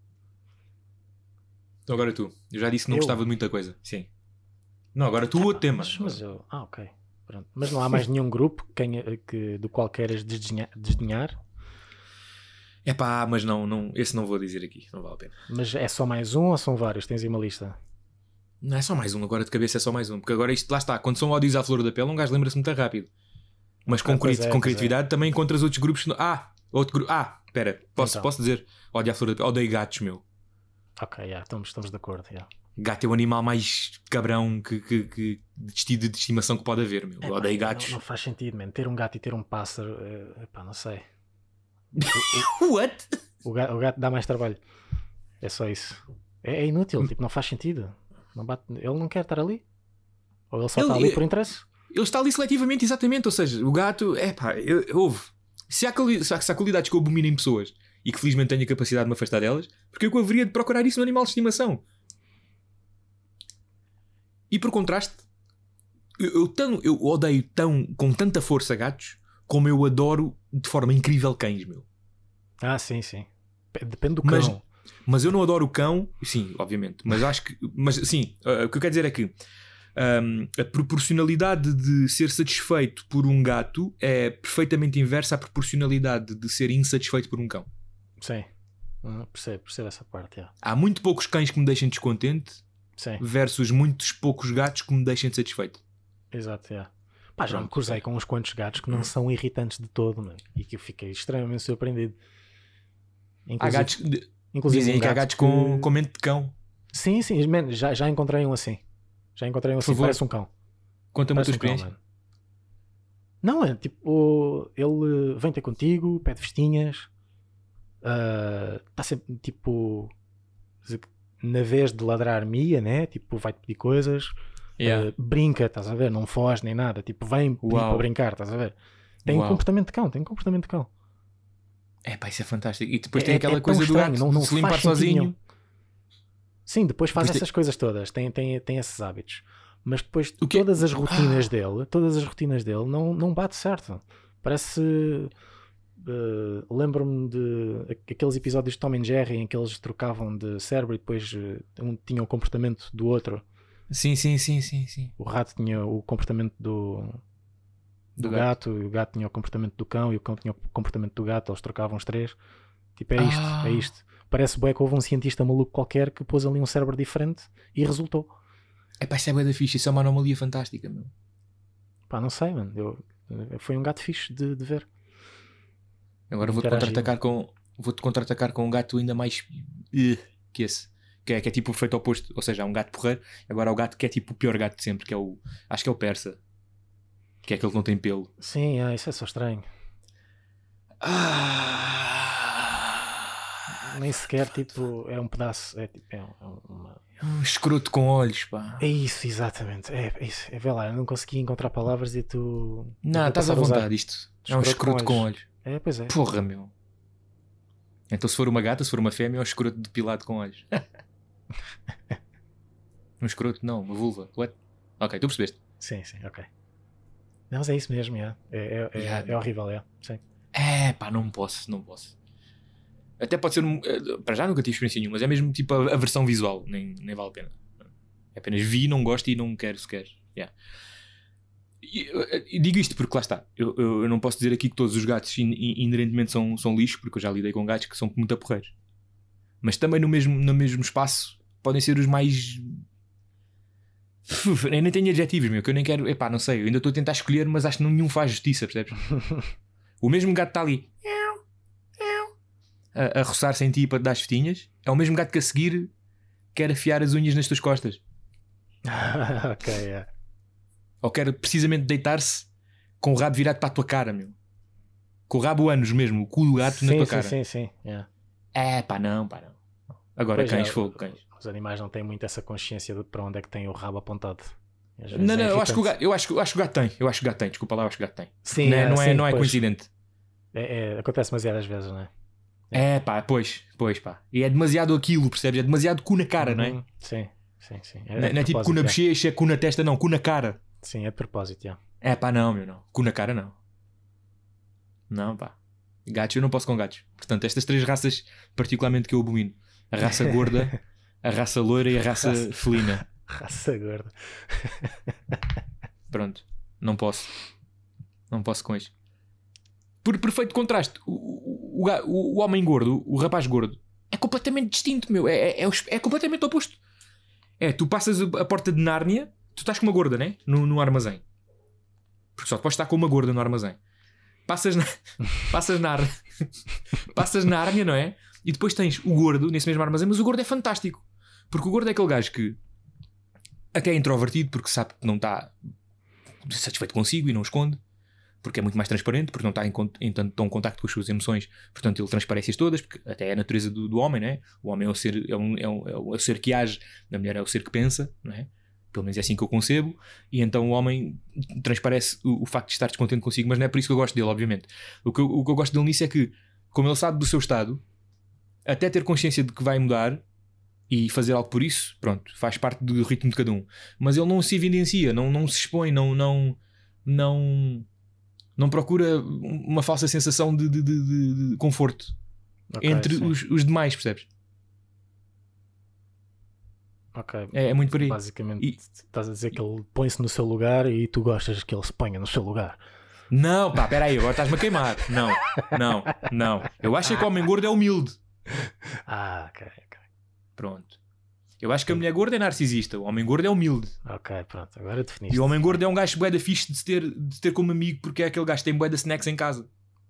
Então agora tu, eu já disse que não Eu? gostava de muita coisa. Sim. Não, agora tu outro tema. Mas, mas eu... Ah, ok. Pronto. Mas não há mais nenhum grupo que, que, do qual queiras desdenhar, desdenhar? É pá, mas não, não, esse não vou dizer aqui, não vale a pena. Mas é só mais um ou são vários? Tens aí uma lista? Não é só mais um, agora de cabeça é só mais um. Porque agora isto, lá está, quando são ódios à flor da pele, um gajo lembra-se muito rápido. Mas com, Ah, pois cri- é, com pois criatividade também encontras outros grupos. que não- Ah, outro grupo. Ah, espera, posso, Então. posso dizer? Ódio à flor da pele, odeio gatos, meu. Ok, yeah, estamos, estamos de acordo. Yeah. Gato é o animal mais cabrão que, que, que de de estimação que pode haver, meu. Eu Epá, odeio não- gatos. Não, faz sentido, man. Ter um gato e ter um pássaro, é, epá, não sei. What? O gato, o gato dá mais trabalho. É só isso. É, é inútil, tipo, não faz sentido. Não bate- ele não quer estar ali. Ou ele só Ele- está ali ele- por interesse. Ele está ali seletivamente, exatamente. Ou seja, o gato, é pá, eu- houve. Se há, quali- se há- se há qualidades que eu abomino em pessoas e que felizmente tenho a capacidade de me afastar delas, porque eu haveria de procurar isso no animal de estimação. E por contraste, eu, eu, tão, eu odeio tão, com tanta força gatos como eu adoro de forma incrível cães, meu. Ah, sim, sim. P- Depende do Mas- cão. Mas eu não adoro o cão, sim, obviamente. Mas acho que, mas sim, uh, o que eu quero dizer é que um, a proporcionalidade de ser satisfeito por um gato é perfeitamente inversa à proporcionalidade de ser insatisfeito por um cão. Sim. Hum, percebo, percebo essa parte. Yeah. Há muito poucos cães que me deixem descontente Sim, versus muitos poucos gatos que me deixem satisfeito. exato. Yeah. Pá, já me Pronto. cruzei com uns quantos gatos que não são irritantes de todo, mano. E que eu fiquei extremamente surpreendido. Há Inclusive, gatos que inclusive dizem um que há gato gatos com, que- com mente de cão. Sim, sim, man, já, já encontrei um assim. Já encontrei um assim, favor. parece um cão. Conta-me a tua Parece um cão, experiência. mano. Não, é tipo, ele vem ter contigo, pede festinhas, está sempre tipo, na vez de ladrar mia, né? Tipo, vai-te pedir coisas, Yeah. uh, brinca, estás a ver? Não foge nem nada, tipo, vem pedir Uau. para brincar, estás a ver? Tem um Uau. comportamento de cão, tem um comportamento de cão. É pá, isso é fantástico. E depois É- tem é- aquela é tão coisa do estranho, gato não- não de se faz limpar sentido sozinho. nenhum. Sim, depois faz Depois tem- essas coisas todas, tem, tem, tem esses hábitos. Mas depois O quê? todas as rotinas Ah. dele, todas as rotinas dele não, não bate certo. Parece. eh, lembro-me de a- aqueles episódios de Tom and Jerry em que eles trocavam de cérebro e depois eh, um tinha o comportamento do outro. Sim, sim, sim, sim, sim. O rato tinha o comportamento do, do, Do gato. e o gato tinha o comportamento do cão e o cão tinha o comportamento do gato, eles trocavam os três. Tipo, é isto, Ah. é isto. Parece bué que houve um cientista maluco qualquer que pôs ali um cérebro diferente e resultou. É pá, isso é bué da fixe. Isso é uma anomalia fantástica, meu. Pá, não sei, mano. Eu, eu- foi um gato fixe de, de ver. Agora vou-te Interagir. contra-atacar com vou-te contra-atacar com um gato ainda mais eh, que esse. Que é, que é tipo o efeito oposto. Ou seja, há um gato porreiro. Agora há o gato que é tipo o pior gato de sempre. Que é o... Acho que é o persa. Que é aquele que não tem pelo. Sim, ah, isso é só estranho. Ah, Nem sequer, tipo, é um pedaço. É, tipo, é, um- é uma... um escroto com olhos, pá. é isso, exatamente. É, é isso. É, vê lá, eu não consegui encontrar palavras e tu. Não, eu vou estás à passar a usar. vontade. Isto é um Escroto escroto com com olhos. olhos. É, pois é. Porra, meu. Então se for uma gata, se for uma fêmea, é um escroto depilado com olhos. Um escroto, não, uma vulva. What? Ok, tu percebeste. Sim, sim, ok. Não, mas é isso mesmo, é, é, é, é, Yeah. é horrível, é. Sim. É pá, não posso, não posso. Até pode ser um. eh, Para já nunca tive experiência nenhuma, mas é mesmo tipo a, a versão visual, nem, nem vale a pena. É apenas vi, não gosto e não quero sequer. Yeah. E, eh, e digo isto porque lá está. Eu, eu, eu não posso dizer aqui que todos os gatos in- in- inerentemente são, são lixo, porque eu já lidei com gatos que são muito aporreiros. Mas também no mesmo, no mesmo espaço podem ser os mais. Uf, eu nem tenho adjetivos, meu, que eu nem quero. Epá, não sei, eu ainda estou a tentar escolher, mas acho que nenhum faz justiça, percebes? O mesmo gato está ali a, a roçar-se em ti para te dar as festinhas. É o mesmo gato que a seguir quer afiar as unhas nas tuas costas. ok, é. Ou quer precisamente deitar-se com o rabo virado para a tua cara, meu. Com o rabo anos mesmo, o cu do gato na Sim, tua sim, cara. sim, sim. Yeah. É pá, não, pá, não. Agora Pois cães, é, fogo, cães. Os animais não têm muito essa consciência de para onde é que tem o rabo apontado. Às vezes Não, é não, eu acho, que o irritante. gato, eu, acho, que- eu acho que o gato tem. Eu acho que o gato tem, desculpa lá, eu acho que o gato tem. Sim, não é, não é, sim, não é pois. coincidente. É, é, acontece demasiadas vezes, não é? É pá, pois, pois pá. E é demasiado aquilo, percebes? É demasiado cu na cara, não é? Uhum. Sim, sim, sim. É, Não, é não é de tipo cu na propósito, é. bochecha, cu na testa, não, cu na cara. Sim, é de propósito, yeah. É pá, não, meu, não. Cu na cara, não. Não, pá. Gatos, eu não posso com gatos. Portanto, estas três raças, particularmente que eu abomino: a raça gorda, a raça loira e a raça Raça- felina. Raça gorda. Pronto, não posso. Não posso com isto. por perfeito contraste, o, o, o, o homem gordo, o rapaz gordo, é completamente distinto, meu. É, é, é, é completamente oposto. É, tu passas a porta de Nárnia, tu estás com uma gorda, né? No, no armazém. Porque só podes estar com uma gorda no armazém. Passas na, passas na, passas na Nárnia, não é? E depois tens o gordo nesse mesmo armazém, mas o gordo é fantástico. Porque o gordo é aquele gajo que até é introvertido, porque sabe que não está satisfeito consigo e não esconde. Porque é muito mais transparente, porque não está em, em tão contacto com as suas emoções, portanto ele transparece-as todas, porque até é a natureza do, do homem, não é? O homem é o, ser, é, um, é, um, é o ser que age, a mulher é o ser que pensa, não é? Pelo menos é assim que eu concebo, e então o homem transparece o, o facto de estar descontente consigo, mas não é por isso que eu gosto dele, obviamente. O que eu, o que eu gosto dele nisso é que, como ele sabe do seu estado, até ter consciência de que vai mudar e fazer algo por isso, pronto, faz parte do ritmo de cada um. Mas ele não se evidencia, não, não se expõe, não... não, não Não procura uma falsa sensação de, de, de, de conforto okay, entre os, os demais, percebes? Ok. É, é muito por aí. Basicamente, e... estás a dizer que ele põe-se no seu lugar e tu gostas que ele se ponha no seu lugar. Não, pá, peraí, agora estás-me a queimar. Não, não, não. Eu acho que o homem gordo é humilde. Ah, ok, ok. Pronto. Eu acho que a mulher gorda é narcisista, o homem gordo é humilde. Ok, pronto, agora definiste. E o homem gordo é um gajo bué da fixe de se ter, de se ter como amigo, porque é aquele gajo que tem bué da snacks em casa.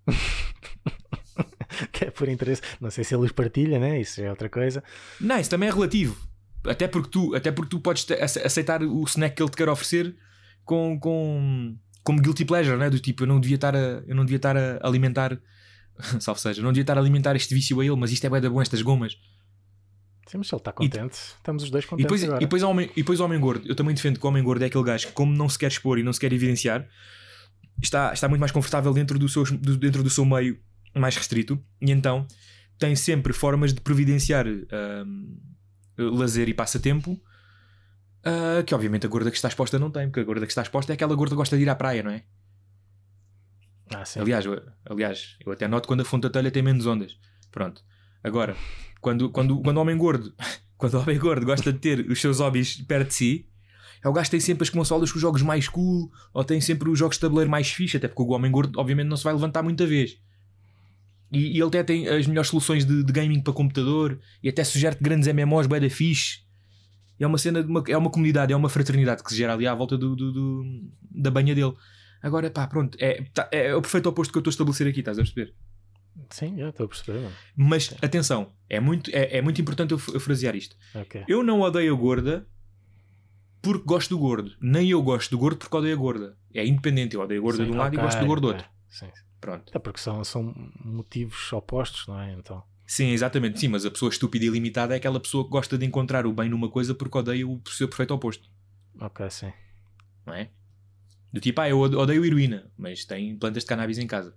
Que é por interesse. Não sei se ele os partilha, né? Isso é outra coisa. Não, isso também é relativo. Até porque tu, até porque tu podes aceitar o snack que ele te quer oferecer com, com, como guilty pleasure, né? Do tipo, eu não devia estar a, eu não devia estar a alimentar, salve seja, eu não devia estar a alimentar este vício a ele, mas isto é bué da bom, estas gomas. Sim, mas se ele está contente, e, estamos os dois contentes e depois, agora. E depois, o homem, e depois o homem gordo, eu também defendo que o homem gordo é aquele gajo que, como não se quer expor e não se quer evidenciar, está, está muito mais confortável dentro do, seu, do, dentro do seu meio mais restrito, e então tem sempre formas de providenciar um, lazer e passatempo uh, que obviamente a gorda que está exposta não tem, porque a gorda que está exposta é aquela gorda que gosta de ir à praia, não é? Ah, sim. Aliás, eu, aliás, eu até noto quando a fonte da telha tem menos ondas. Pronto. Agora, quando, quando, quando o homem gordo quando o homem gordo gosta de ter os seus hobbies perto de si, é o gajo que tem sempre as consolas com os jogos mais cool, ou tem sempre os jogos de tabuleiro mais fixe, até porque o homem gordo obviamente não se vai levantar muita vez. E, e ele até tem as melhores soluções de, de gaming para computador, e até sugere-te grandes M M Os bué da fixe. E é uma cena de uma, é uma comunidade, é uma fraternidade que se gera ali à volta do, do, do, da banha dele. Agora pá, pronto, é, tá, é o perfeito oposto que eu estou a estabelecer aqui, estás a perceber? Sim, já estou a perceber, mano. Mas Sim. Atenção, é muito, é, é muito importante eu, eu frasear isto. Okay. Eu não odeio a gorda porque gosto do gordo, nem eu gosto do gordo porque odeio a gorda. É independente, eu odeio a gorda Sim, de um lado okay, e gosto do gordo do okay. outro. Sim. Pronto. É porque são, são motivos opostos, não é? Então. Sim, exatamente. Sim, mas a pessoa estúpida e limitada é aquela pessoa que gosta de encontrar o bem numa coisa porque odeia o seu perfeito oposto. Ok, sim. Não é? Do tipo, ah, eu odeio heroína, mas tem plantas de cannabis em casa.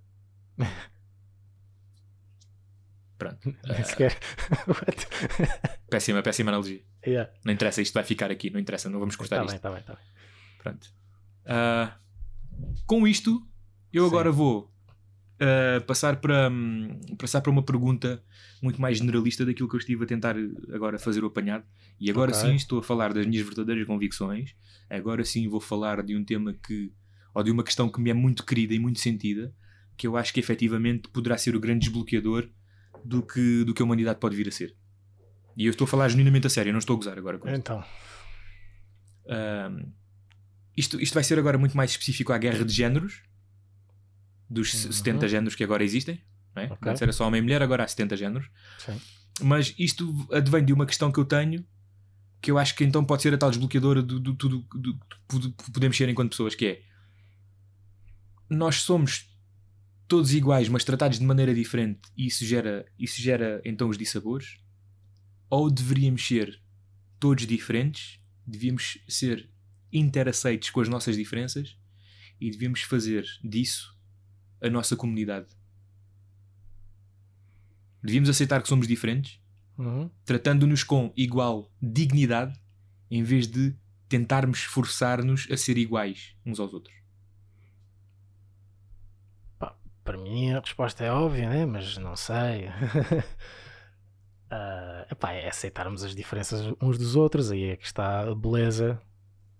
Pronto. Nem sequer. péssima, péssima analogia. Yeah. Não interessa, isto vai ficar aqui, não interessa, não vamos cortar Tá isto. bem, tá bem, tá bem. Pronto. Uh, com isto, eu Sim. agora vou uh, passar, para, um, passar para uma pergunta muito mais generalista daquilo que eu estive a tentar agora fazer o apanhado. E agora Okay. sim estou a falar das minhas verdadeiras convicções. Agora sim vou falar de um tema que, ou de uma questão que me é muito querida e muito sentida, que eu acho que efetivamente poderá ser o grande desbloqueador do que, do que a humanidade pode vir a ser. E eu estou a falar genuinamente a sério, eu não estou a gozar agora com isto. Então. Um, isto, isto vai ser agora muito mais específico à guerra de géneros, dos Uhum. setenta géneros que agora existem, não é? Ok. Antes era só homem e mulher, agora há setenta géneros. Sim. Mas isto advém de uma questão que eu tenho, que eu acho que então pode ser a tal desbloqueadora do, do, do, do, do que podemos ser enquanto pessoas, que é: nós somos todos iguais, mas tratados de maneira diferente, e isso gera, isso gera então os dissabores? Ou deveríamos ser todos diferentes, devíamos ser interaceitos com as nossas diferenças e devíamos fazer disso a nossa comunidade? Devíamos aceitar que somos diferentes, Uhum. tratando-nos com igual dignidade, em vez de tentarmos forçar-nos a ser iguais uns aos outros. Pá, para mim a resposta é óbvia, né? Mas não sei. Ah, epá, é aceitarmos as diferenças uns dos outros. Aí é que está a beleza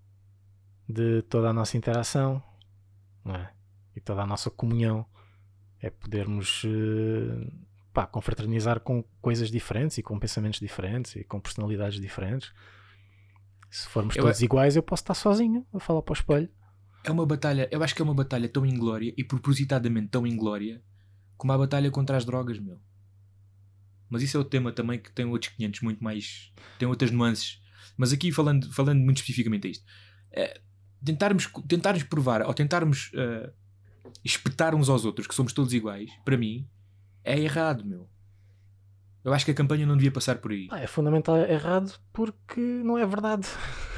de toda a nossa interação, não é? E toda a nossa comunhão É podermos uh, pá, confraternizar com coisas diferentes e com pensamentos diferentes e com personalidades diferentes. Se formos Eu- todos iguais, eu posso estar sozinho a falar para o espelho. É uma batalha, eu acho que é uma batalha tão inglória e propositadamente tão inglória como a batalha contra as drogas, meu. Mas isso é outro tema também que tem outros quinhentos, muito mais. Tem outras nuances. Mas aqui, falando, falando muito especificamente a isto, é, tentarmos, tentarmos provar ou tentarmos uh, espetar uns aos outros que somos todos iguais, para mim, é errado, meu. Eu acho que a campanha não devia passar por aí. Ah, é fundamental errado porque não é verdade.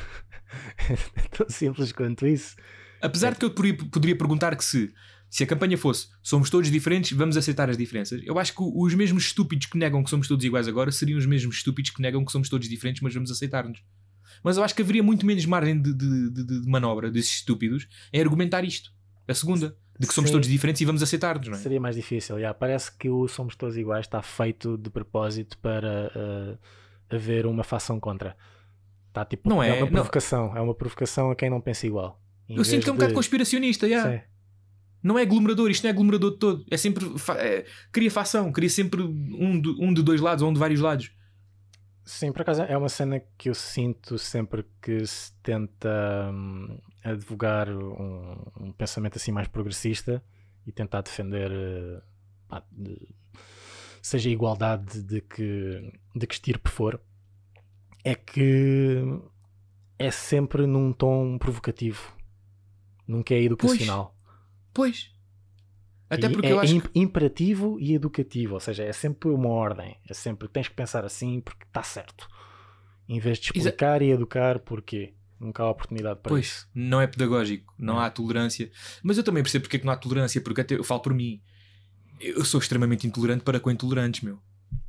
É tão simples quanto isso. Apesar de que eu poderia, poderia perguntar que se, se a campanha fosse somos todos diferentes, vamos aceitar as diferenças, eu acho que os mesmos estúpidos que negam que somos todos iguais agora seriam os mesmos estúpidos que negam que somos todos diferentes, mas vamos aceitar-nos. Mas eu acho que haveria muito menos margem de, de, de, de manobra desses estúpidos em argumentar isto. A segunda, de que somos Sim. todos diferentes e vamos aceitar-nos, não é? Seria mais difícil. Já. Parece que o Somos Todos Iguais está feito de propósito para uh, haver uma fação contra. Está tipo, Não é, é uma não. provocação. É uma provocação a quem não pensa igual. Em Eu sinto vez que é um de- bocado conspiracionista, já. Sim. Não é aglomerador, isto não é aglomerador de todo. É sempre. fa- é, cria fação, cria sempre um de, um de dois lados ou um de vários lados. Sim, por acaso é uma cena que eu sinto sempre que se tenta hum, advogar um, um pensamento assim mais progressista e tentar defender eh, pá, de- seja a igualdade de que, de que estirpe for, é que é sempre num tom provocativo, nunca é educacional. Pois. Até E porque é eu acho im- que. imperativo e educativo, ou seja, é sempre uma ordem, é sempre tens que pensar assim porque está certo, em vez de Exa- explicar e educar porquê. Nunca há oportunidade para Pois, isso. não é pedagógico, não Não. há tolerância. Mas eu também percebo porque é que não há tolerância, porque até eu falo por mim. Eu sou extremamente intolerante para com intolerantes, meu.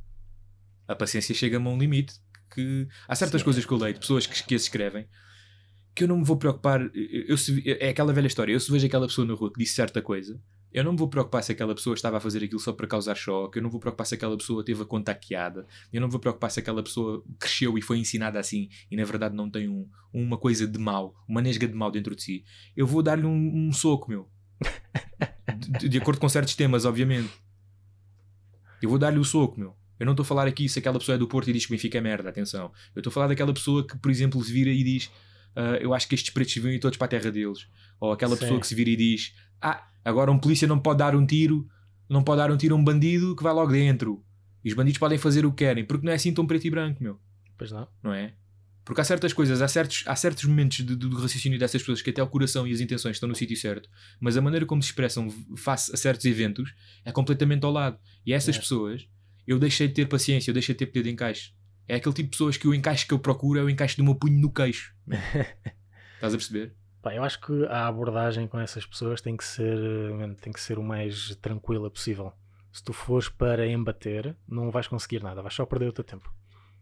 A paciência chega-me a um limite que há certas Sim. coisas que eu leio de pessoas que, que as escrevem que eu não me vou preocupar. Eu, eu se- é aquela velha história. Eu se vejo aquela pessoa na rua que disse certa coisa, eu não me vou preocupar se aquela pessoa estava a fazer aquilo só para causar choque. Eu não vou preocupar se aquela pessoa teve a conta hackeada. Eu não me vou preocupar se aquela pessoa cresceu e foi ensinada assim e na verdade não tem um, uma coisa de mau, uma nesga de mau dentro de si. Eu vou dar-lhe um, um soco, meu. De, de acordo com certos temas, obviamente. Eu vou dar-lhe o soco, meu. Eu não estou a falar aqui se aquela pessoa é do Porto e diz que o Benfica é merda, atenção. Eu estou a falar daquela pessoa que, por exemplo, se vira e diz "Ah, eu acho que estes pretos deviam ir todos para a terra deles." Ou aquela Sim. pessoa que se vira e diz ah, agora um polícia não pode dar um tiro, não pode dar um tiro a um bandido que vai logo dentro. E os bandidos podem fazer o que querem, porque não é assim tão preto e branco, meu. Pois não. Não é? Porque há certas coisas, há certos, há certos momentos de- do raciocínio dessas pessoas que até o coração e as intenções estão no sítio certo, mas a maneira como se expressam face a certos eventos é completamente ao lado. E essas É. pessoas, eu deixei de ter paciência, eu deixei de ter poder de encaixe. É aquele tipo de pessoas que o encaixe que eu procuro é o encaixe do meu punho no queixo. Estás a perceber? Pá, eu acho que a abordagem com essas pessoas tem que ser, man, tem que ser o mais tranquila possível. Se tu fores para embater, não vais conseguir nada, vais só perder o teu tempo.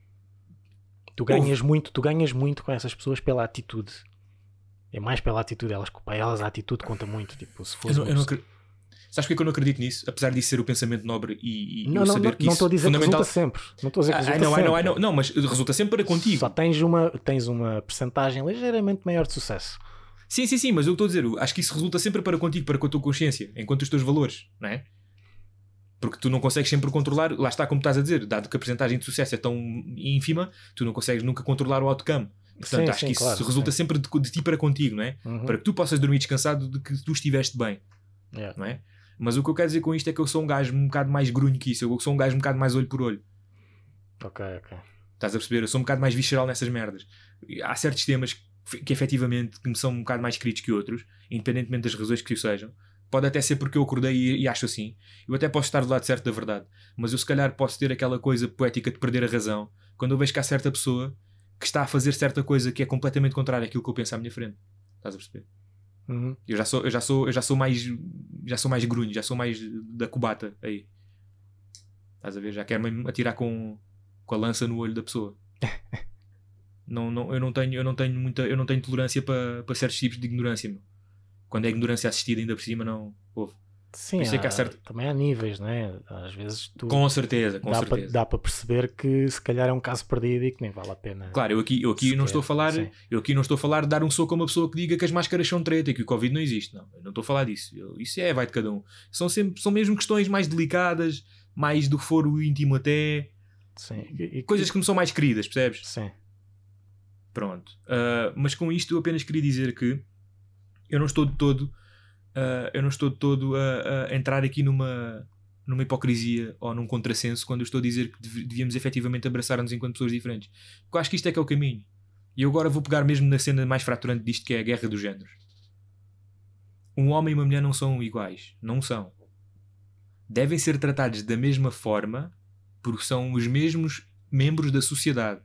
Tu ganhas muito, tu ganhas muito com essas pessoas pela atitude. É mais pela atitude, elas, para elas a atitude conta muito. Tipo, se Eu fosse não, eu não acredito. Sabes porque é que eu não acredito nisso? Apesar disso ser o pensamento nobre e, e não, eu não, saber não, que não isso estou a dizer fundamental... que resulta sempre. Não estou a dizer que Ah, resulta I know, I sempre. know, I know. Não, mas resulta sempre para contigo. Só tens uma, tens uma percentagem ligeiramente maior de sucesso. Sim, sim, sim, mas eu estou a dizer, eu acho que isso resulta sempre para contigo, para com a tua consciência, enquanto os teus valores, não é? Porque tu não consegues sempre controlar, lá está como estás a dizer, dado que a percentagem de sucesso é tão ínfima, tu não consegues nunca controlar o outcome. Portanto, Sim, acho sim, que isso claro, resulta sim. sempre de, de ti para contigo, não é? Uhum. Para que tu possas dormir descansado de que tu estiveste bem, Yeah. não é? Mas o que eu quero dizer com isto é que eu sou um gajo um bocado mais grunho que isso, eu sou um gajo um bocado mais olho por olho. Ok, ok. Estás a perceber? Eu sou um bocado mais visceral nessas merdas. E há certos temas que, que efetivamente que me são um bocado mais queridos que outros, independentemente das razões que o sejam. Pode até ser porque eu acordei e, e acho assim. Eu até posso estar do lado certo da verdade. Mas eu se calhar posso ter aquela coisa poética de perder a razão quando eu vejo que há certa pessoa que está a fazer certa coisa que é completamente contrária àquilo que eu penso à minha frente. Estás a perceber? Uhum. Eu já sou, eu já sou, eu já sou mais já sou mais grunho, já sou mais da cubata aí. Estás a ver? Já quero mesmo atirar com, com a lança no olho da pessoa. Não, não, eu não tenho, eu não tenho muita, eu não tenho tolerância para, para certos tipos de ignorância, meu. Quando é ignorância assistida ainda por cima não houve. Sim, Por isso é há, que há certo... também há níveis, não é? Às vezes tu Com certeza, com dá certeza. para dá para perceber que se calhar é um caso perdido e que nem vale a pena. Claro, eu aqui, eu aqui não sequer, estou a falar, sim. eu aqui não estou a falar de dar um soco a uma pessoa que diga que as máscaras são treta e que o Covid não existe. Não, eu não estou a falar disso. Eu, isso é, vai de cada um. São sempre, são mesmo questões mais delicadas, mais do foro íntimo até, Sim. E, e, coisas que me são mais queridas, percebes? Sim. Pronto. Uh, mas com isto eu apenas queria dizer que eu não estou de todo, uh, eu não estou de todo a, a entrar aqui numa numa hipocrisia ou num contrassenso quando eu estou a dizer que devíamos efetivamente abraçar-nos enquanto pessoas diferentes. Porque eu acho que isto é que é o caminho. E eu agora vou pegar mesmo na cena mais fraturante disto, que é a guerra dos géneros. Um homem e uma mulher não são iguais. Não são. Devem ser tratados da mesma forma porque são os mesmos membros da sociedade.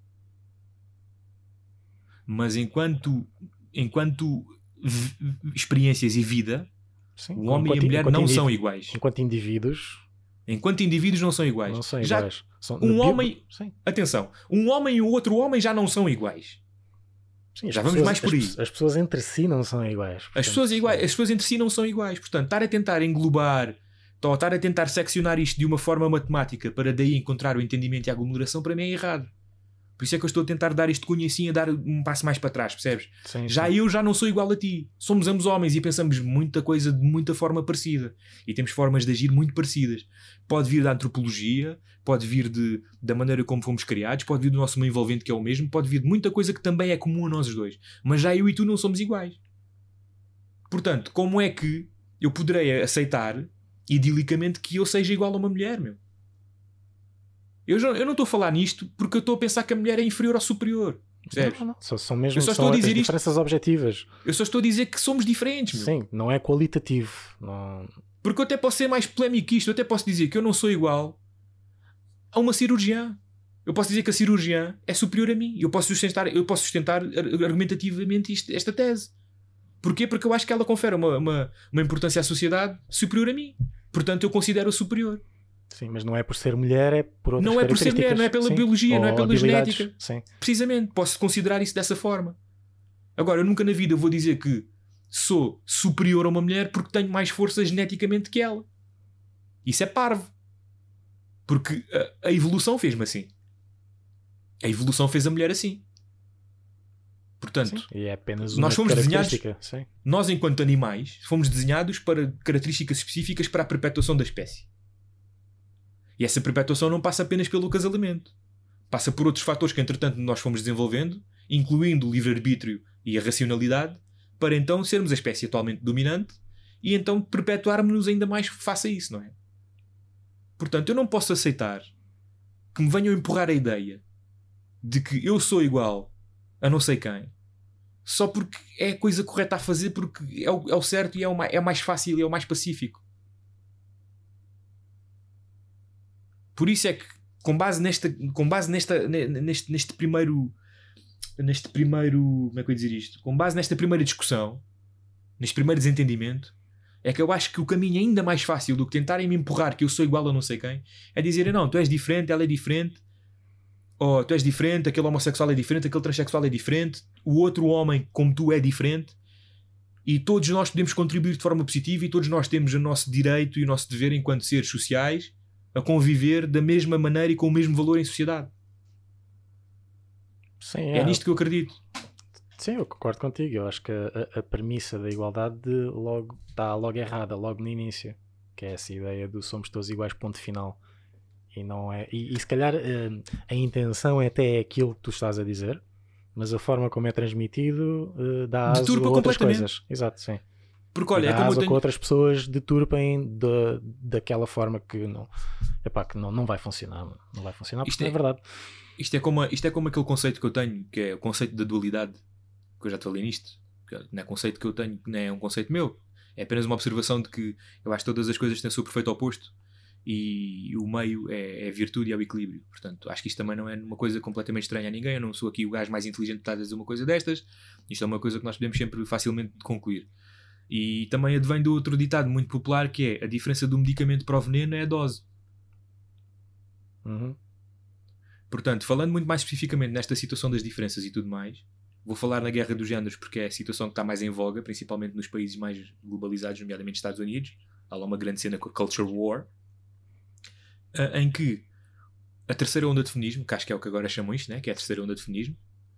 Mas enquanto, enquanto v- experiências e vida, Sim. o homem Enquanto- e a mulher enquanto não indiví- são iguais. Enquanto indivíduos Enquanto indivíduos não são iguais. não são Já- iguais. São- um bio- homem- Sim. Atenção, um homem e o outro homem já não são iguais. Sim, as Já vamos pessoas- mais por aí. As, as pessoas entre si não são iguais. As portanto, pessoas, iguais, as pessoas entre si não são iguais. Portanto, estar a tentar englobar, ou estar a tentar seccionar isto de uma forma matemática para daí encontrar o entendimento e a aglomeração, para mim é errado. Por isso é que eu estou a tentar dar este cunho assim, a dar um passo mais para trás, percebes? Sim, Já sim. eu já não sou igual a ti. Somos ambos homens e pensamos muita coisa de muita forma parecida. E temos formas de agir muito parecidas. Pode vir da antropologia, pode vir de, da maneira como fomos criados, pode vir do nosso meio envolvente que é o mesmo, pode vir de muita coisa que também é comum a nós os dois. Mas já eu e tu não somos iguais. Portanto, como é que eu poderei aceitar idilicamente que eu seja igual a uma mulher, meu? Eu, já, eu não estou a falar nisto porque eu estou a pensar que a mulher é inferior ou superior. Percebes? Não, não, só- são mesmo Eu só são estou a as dizer isto- diferenças objetivas. Eu só estou a dizer que somos diferentes, meu. Sim, não é qualitativo. Não... Porque eu até posso ser mais polémico que isto. Eu até posso dizer que eu não sou igual a uma cirurgiã. Eu posso dizer que a cirurgiã é superior a mim. Eu posso sustentar, eu posso sustentar ar- argumentativamente isto, esta tese. Porquê? Porque eu acho que ela confere uma, uma, uma importância à sociedade superior a mim. Portanto, eu considero-a superior. Sim, mas não é por ser mulher, é por outras Não é por ser mulher, características. não é pela Sim. biologia, não é Ou pela habilidades. genética. Sim. Precisamente, posso considerar isso dessa forma. Agora, eu nunca na vida vou dizer que sou superior a uma mulher porque tenho mais força geneticamente que ela. Isso é parvo. Porque a, a evolução fez-me assim. A evolução fez a mulher assim. Portanto, Sim, e é apenas nós uma fomos desenhados- característica. Sim. nós enquanto animais fomos desenhados para características específicas para a perpetuação da espécie. E essa perpetuação não passa apenas pelo acasalamento. Passa por outros fatores que entretanto nós fomos desenvolvendo, incluindo o livre-arbítrio e a racionalidade, para então sermos a espécie atualmente dominante e então perpetuarmos-nos ainda mais face a isso, não é? Portanto, eu não posso aceitar que me venham empurrar a ideia de que eu sou igual a não sei quem, só porque é a coisa correta a fazer, porque é o, é o certo e é o, mais, é o mais fácil e é o mais pacífico. Por isso é que, com base nesta, com base nesta, neste, neste primeiro, neste primeiro, como é que eu ia dizer isto? Com base nesta primeira discussão, neste primeiro desentendimento, é que eu acho que o caminho ainda mais fácil do que tentarem me empurrar que eu sou igual a não sei quem, é dizer, não, tu és diferente, ela é diferente, ou tu és diferente, aquele homossexual é diferente, aquele transexual é diferente, o outro homem como tu é diferente, e todos nós podemos contribuir de forma positiva e todos nós temos o nosso direito e o nosso dever enquanto seres sociais a conviver da mesma maneira e com o mesmo valor em sociedade. Sim, É, é, nisto que eu acredito. sim, eu concordo contigo. Eu acho que a, a premissa da igualdade de logo está logo errada, logo no início, que é essa ideia do somos todos iguais, ponto final. E não é. E, e se calhar eh, a intenção é até aquilo que tu estás a dizer, mas a forma como é transmitido eh, dá aso Deturpa a outras completamente. coisas. Exato, sim. Porque olha, E é dá como eu asa tenho... que outras pessoas deturpem de, daquela forma que não, epá, que não, não vai funcionar. Não vai funcionar porque Isto não é- é verdade. Isto é, como, isto é como aquele conceito que eu tenho, que é o conceito da dualidade, que eu já te falei nisto, que não é conceito que eu tenho, não é um conceito meu, é apenas uma observação de que eu acho que todas as coisas têm o seu perfeito oposto e o meio é, é a virtude e é o equilíbrio. Portanto, acho que isto também não é uma coisa completamente estranha a ninguém. Eu não sou aqui o gajo mais inteligente que está a dizer uma coisa destas. Isto é uma coisa que nós podemos sempre facilmente concluir. E também advém do outro ditado muito popular, que é: a diferença do medicamento para o veneno é a dose. Uhum. Portanto, falando muito mais especificamente nesta situação das diferenças e tudo mais, vou falar na guerra dos géneros porque é a situação que está mais em voga, principalmente nos países mais globalizados, nomeadamente Estados Unidos, há lá uma grande cena com a Culture War, uh, em que a terceira onda de feminismo, que acho que é o que agora chamam isto, né? Que é a terceira onda de feminismo,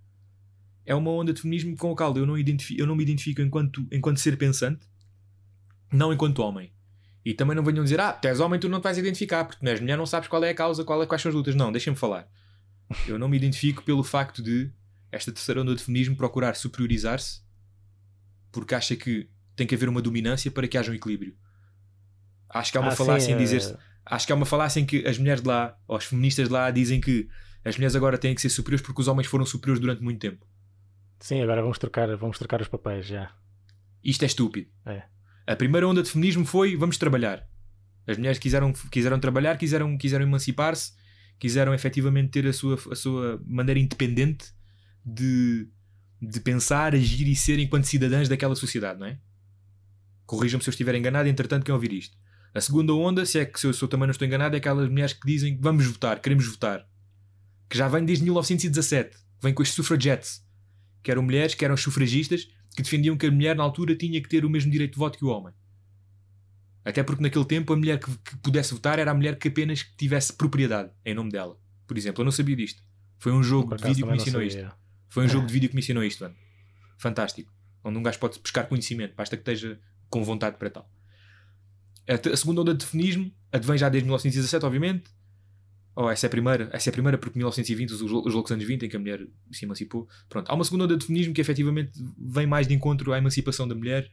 é uma onda de feminismo com a qual eu não, identifico, eu não me identifico enquanto, enquanto ser pensante, não enquanto homem. E também não venham dizer, ah, tu és homem, tu não te vais identificar, porque tu és mulher, não sabes qual é a causa, qual é, quais são as lutas. Não, deixem-me falar. Eu não me identifico pelo facto de esta terceira onda de feminismo procurar superiorizar-se porque acha que tem que haver uma dominância para que haja um equilíbrio. Acho que há uma Ah, falácia sim, em dizer eh, acho que há uma falácia em que as mulheres de lá, ou as feministas de lá, dizem que as mulheres agora têm que ser superiores porque os homens foram superiores durante muito tempo. Sim, agora vamos trocar, vamos trocar os papéis já. Isto é estúpido. É. A primeira onda de feminismo foi vamos trabalhar. As mulheres quiseram, quiseram trabalhar, quiseram, quiseram emancipar-se, quiseram efetivamente ter a sua, a sua maneira independente de, de pensar, agir e ser enquanto cidadãs daquela sociedade, não é? Corrijam-me se eu estiver enganado, entretanto, quem ouvir isto. A segunda onda, se é que se eu, se eu também não estou enganado, é aquelas mulheres que dizem vamos votar, queremos votar. Que já vem desde mil novecentos e dezassete. Vem com as suffragettes, que eram mulheres, que eram sufragistas, que defendiam que a mulher na altura tinha que ter o mesmo direito de voto que o homem. Até porque naquele tempo a mulher que, que pudesse votar era a mulher que apenas tivesse propriedade em nome dela. Por exemplo, eu não sabia disto. Foi um jogo Por de acaso vídeo que me também não ensinou sabia. isto. Foi um jogo de vídeo que me ensinou isto, mano. Fantástico. Onde um gajo pode pescar conhecimento, basta que esteja com vontade para tal. A, te- a segunda onda de feminismo advém já desde mil novecentos e dezassete, obviamente. Oh, essa é a primeira, essa é a primeira porque mil novecentos e vinte, os, os loucos anos vinte, em que a mulher se emancipou. Pronto, há uma segunda onda de feminismo que efetivamente vem mais de encontro à emancipação da mulher,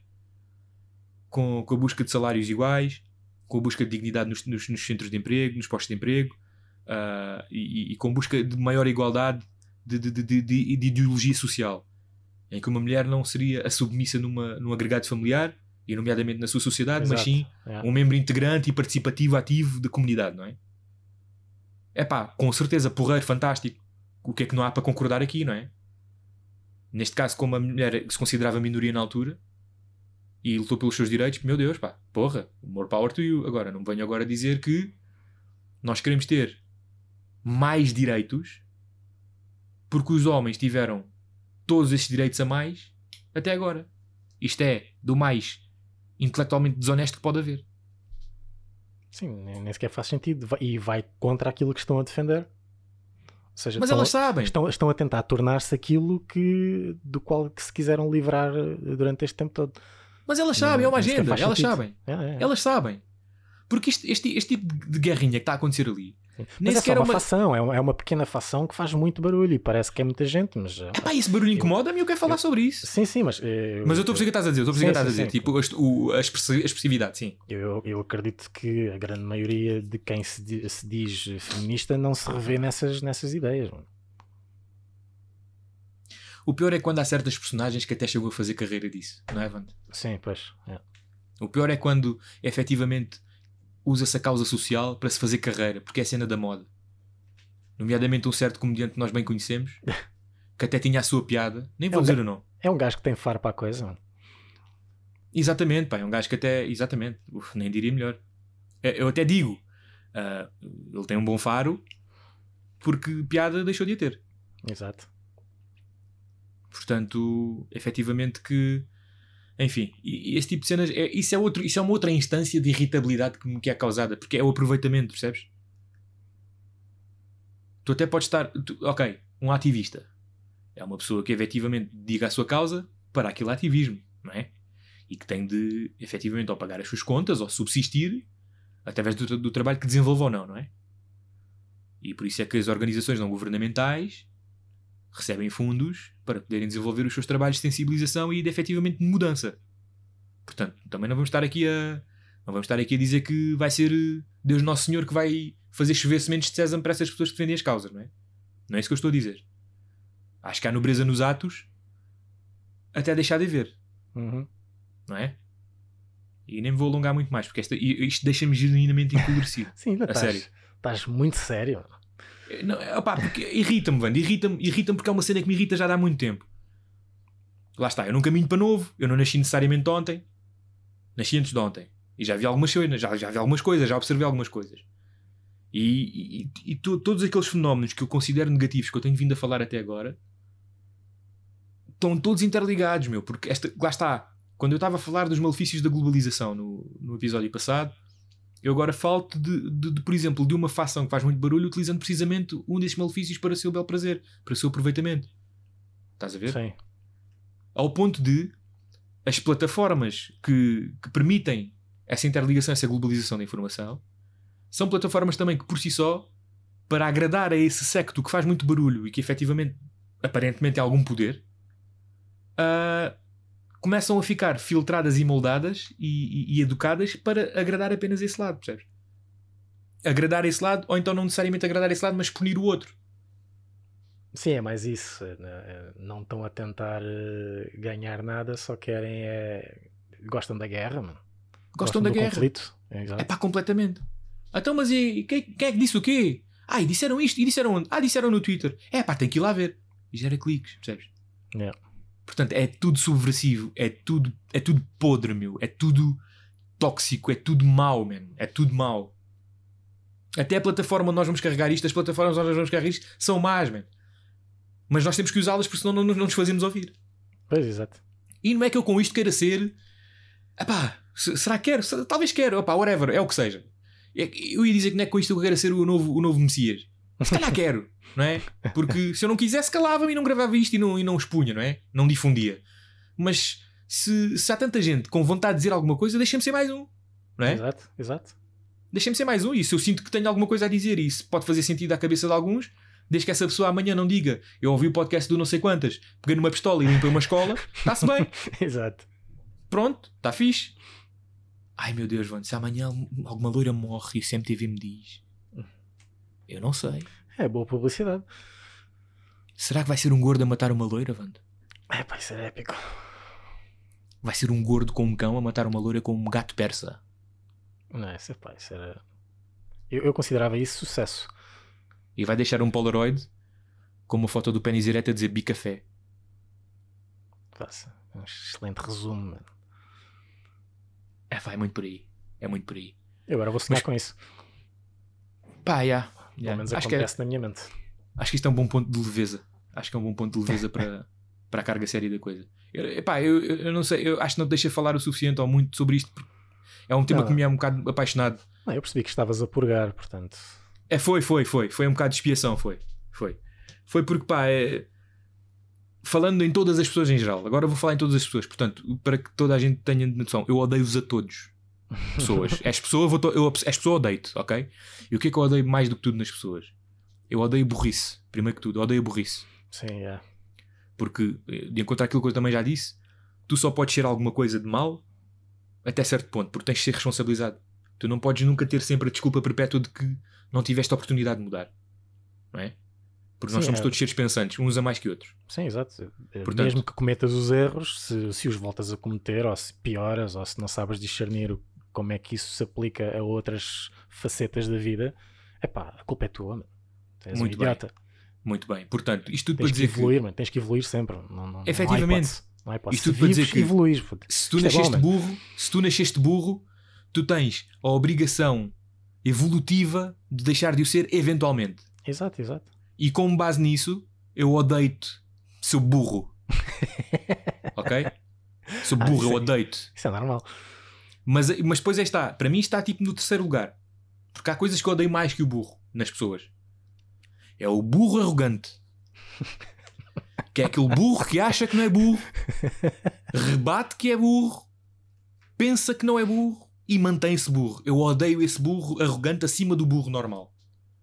com, com a busca de salários iguais, com a busca de dignidade nos, nos, nos centros de emprego, nos postos de emprego, ah, e, e com busca de maior igualdade de, de, de, de, de- de ideologia social, em que uma mulher não seria a submissa numa, num agregado familiar, e nomeadamente na sua sociedade, mas Exato. sim É. um membro integrante e participativo ativo da comunidade, não é? É pá, com certeza, porreiro, fantástico. O que é que não há para concordar aqui, não é? Neste caso, como a mulher que se considerava minoria na altura e lutou pelos seus direitos, meu Deus, pá, porra, more power to you. Agora, não me venho agora dizer que nós queremos ter mais direitos porque os homens tiveram todos esses direitos a mais até agora. Isto é do mais intelectualmente desonesto que pode haver. Sim, nem nem sequer faz sentido. Vai- E vai contra aquilo que estão a defender. Ou seja, Mas estão, elas sabem. estão, estão a tentar tornar-se aquilo que, do qual que se quiseram livrar eh, durante este tempo todo. Mas elas sabem, é uma Nem sequer agenda. faz Elas sentido. sabem. É, é, é. Elas sabem. Porque isto- este, este tipo de guerrinha que está a acontecer ali Sim. nem Mas é só sequer é uma uma. facção, é uma, é uma pequena facção que faz muito barulho e parece que é muita gente, mas eh, Epá, esse barulho incomoda-me e eu quero falar sobre isso. sim, sim, mas eh, Mas eu estou a perceber o que estás a dizer. Eu estou a perceber o que Sim, estás a sim, dizer. sim. Tipo, a, o- a expressi- a expressividade, sim. eu, eu acredito que a grande maioria de quem se, di- se diz feminista não se revê nessas, nessas ideias. Mano. O pior é quando há certas personagens que até chegam a fazer carreira disso, não é, Wanda? Sim, pois. É. O pior é quando efetivamente usa-se a causa social para se fazer carreira, porque é a cena da moda. Nomeadamente um certo comediante que nós bem conhecemos, que até tinha a sua piada, nem vou É um dizer ga- o nome. É um gajo que tem faro para a coisa. Mano. Exatamente, pá, é um gajo que até, exatamente, uf, nem diria melhor. É, Eu até digo, ah, ele tem um bom faro, porque piada deixou de a ter. Exato. Portanto, efetivamente que, enfim, e, e esse tipo de cenas, é, isso, é outro, isso é uma outra instância de irritabilidade que, me- que é causada, porque é o aproveitamento, percebes? Tu até podes estar, tu- ok, um ativista é uma pessoa que efetivamente diga a sua causa para aquele ativismo, não é? E que tem de, efetivamente, ou pagar as suas contas, ou subsistir através do, do trabalho que desenvolva ou não, não é? E por isso é que as organizações não governamentais recebem fundos para poderem desenvolver os seus trabalhos de sensibilização e de efetivamente de mudança. Portanto, também não vamos estar aqui a não vamos estar aqui a dizer que vai ser eh, Deus Nosso Senhor que vai fazer chover sementes de sésamo para essas pessoas que defendem as causas, não é? Não é isso que eu estou a dizer. Acho que há nobreza nos atos até deixar de haver, Uhum. não é? E nem me vou alongar muito mais, porque esta, isto deixa-me genuinamente encolhecido. Sim, ainda A estás, sério. estás muito sério. Não, opá, porque irrita-me, Wanda, irrita-me, irrita-me porque é uma cena que me irrita já há muito tempo. Lá está, eu não caminho para novo, eu não nasci necessariamente ontem, nasci antes de ontem. E já vi algumas coisas, já, já vi algumas coisas, já observei algumas coisas. E, e, e to- todos aqueles fenómenos que eu considero negativos, que eu tenho vindo a falar até agora, estão todos interligados, meu, porque esta, lá está, quando eu estava a falar dos malefícios da globalização no, no episódio passado, eu agora falo de, de, de, por exemplo, de uma facção que faz muito barulho utilizando precisamente um desses malefícios para o seu bel prazer, para o seu aproveitamento. Estás a ver? Sim. Ao ponto de as plataformas que, que permitem essa interligação, essa globalização da informação, são plataformas também que por si só, para agradar a esse secto que faz muito barulho e que efetivamente, aparentemente tem algum poder, uh, começam a ficar filtradas e moldadas e, e, e educadas para agradar apenas esse lado, percebes? Agradar esse lado, ou então não necessariamente agradar esse lado, mas punir o outro. Sim, é mais isso. né? Não estão a tentar eh, ganhar nada, só querem é... Gostam da guerra, mano. Gostam, Gostam da do guerra. conflito. É, exato. É pá, completamente. Então, mas e quem, quem é que disse o quê? Ah, e disseram isto, e disseram onde? Ah, disseram no Twitter. É pá, tem que ir lá ver. E gera cliques, percebes? Yeah. Portanto, é tudo subversivo, é tudo, é tudo podre, meu. É tudo tóxico, é tudo mau, man. É tudo mau. Até a plataforma onde nós vamos carregar isto, as plataformas onde nós vamos carregar isto, são más, man. Mas nós temos que usá-las porque senão não, não, não nos fazemos ouvir. Pois, exato. E não é que eu com isto queira ser... Epá, será que quero? Talvez quero, epá, whatever, é o que seja. Eu ia dizer que não é com isto que eu quero ser o novo, o novo Messias. Se calhar quero, não é? Porque se eu não quisesse calava-me e não gravava isto e não, e não expunha, não é? Não difundia. Mas se, se há tanta gente com vontade de dizer alguma coisa, deixem-me ser mais um, não é? Exato, exato. Deixem-me ser mais um, e se eu sinto que tenho alguma coisa a dizer e isso pode fazer sentido à cabeça de alguns, desde que essa pessoa amanhã não diga eu ouvi o podcast do não sei quantas, peguei numa pistola e limpei uma escola, está-se bem. Exato. Pronto, está fixe. Ai meu Deus, mano, se amanhã alguma loira morre e o C M T V me diz, eu não sei. É boa publicidade. Será que vai ser um gordo a matar uma loira, Vando? É pá, isso é épico. Vai ser um gordo com um cão a matar uma loira com um gato persa? Não, isso, é, pá, isso era... Eu, eu considerava isso sucesso. E vai deixar um Polaroid com uma foto do pênis direto a dizer bicafé. Passa. Um excelente resumo, mano. É, vai, é muito por aí. É muito por aí. Eu agora vou sonhar Mas- com isso. Pá, já. Yeah, Pelo yeah. menos Acho, que é, acontece na minha mente. acho que isto é um bom ponto de leveza. Acho que é um bom ponto de leveza para, para a carga séria da coisa. Eu, epá, eu, eu, eu não sei, eu acho que não te deixa falar o suficiente ou muito sobre isto, porque é um tema Não. que me é um bocado apaixonado. Não, eu percebi que estavas a purgar, portanto. É, foi, foi, foi. Foi um bocado de expiação, foi. Foi. Foi porque, pá, é... falando em todas as pessoas em geral, agora eu vou falar em todas as pessoas, portanto, para que toda a gente tenha noção, eu odeio-vos a todos. Pessoas. És pessoa, vou to... eu, és pessoa, odeio-te, ok? E o que é que eu odeio mais do que tudo nas pessoas? Eu odeio burrice, primeiro que tudo, eu odeio burrice. Sim, é. Porque, de encontrar aquilo que eu também já disse, tu só podes ser alguma coisa de mal até certo ponto, porque tens de ser responsabilizado. Tu não podes nunca ter sempre a desculpa perpétua de que não tiveste a oportunidade de mudar, não é? Porque nós Sim, somos é. todos seres pensantes, uns a mais que outros. Sim, exato. Portanto- Mesmo que cometas os erros, se, se os voltas a cometer, ou se pioras, ou se não sabes discernir o- como é que isso se aplica a outras facetas da vida, epá, a culpa é tua, mano. Tens Muito um bem. idiota. Muito bem. Portanto, isto tudo Tens para que dizer que evoluir, mano. Tens que evoluir sempre. Não, não, Efetivamente. Não há hipótese. Não há hipótese. Isto tudo Se para dizer vives, que- evoluís, puto. se tu Isto é bom, nasceste mano. burro, se tu nasceste burro, tu tens a obrigação evolutiva de deixar de o ser eventualmente. Exato, exato. E com base nisso, eu odeio-te, seu burro. Ok? Seu Ah, burro, isso eu é- odeio-te. Isso é normal. Mas, mas depois aí está. Para mim está tipo no terceiro lugar. Porque há coisas que eu odeio mais que o burro nas pessoas. É o burro arrogante. Que é aquele burro que acha que não é burro, rebate que é burro, pensa que não é burro e mantém-se burro. Eu odeio esse burro arrogante acima do burro normal.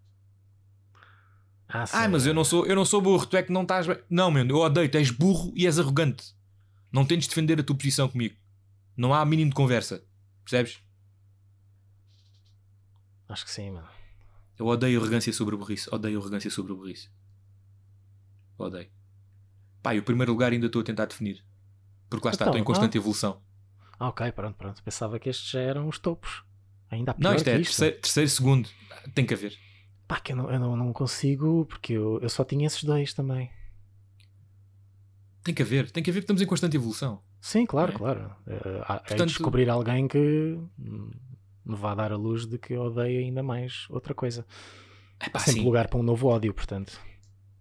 Ah, sim, Ah, mas eu não sou, eu não sou burro, tu é que não estás bem. Não, meu, eu odeio, tu és burro e és arrogante. Não tens de defender a tua posição comigo. Não há mínimo de conversa. Percebes? Acho que sim, mano. Eu odeio arrogância sobre a burrice. Odeio arrogância sobre a burrice. Odeio. Pá, e o primeiro lugar ainda estou a tentar definir. Porque lá está, Então, estou em constante ah. evolução. Ah, ok, pronto, pronto. Pensava que estes já eram os topos. Ainda há pior Não, isto que é isto. terceiro, terceiro, segundo. Tem que haver. Pá, que eu não, eu não, não consigo, porque eu, eu só tinha esses dois também. Tem que haver. Tem que haver que estamos em constante evolução. Sim, claro, É. claro. Uh, há- hei de Portanto- descobrir alguém que hum, me vá dar a luz de que eu odeio ainda mais outra coisa. É pá, Há sempre sim. lugar para um novo ódio, portanto.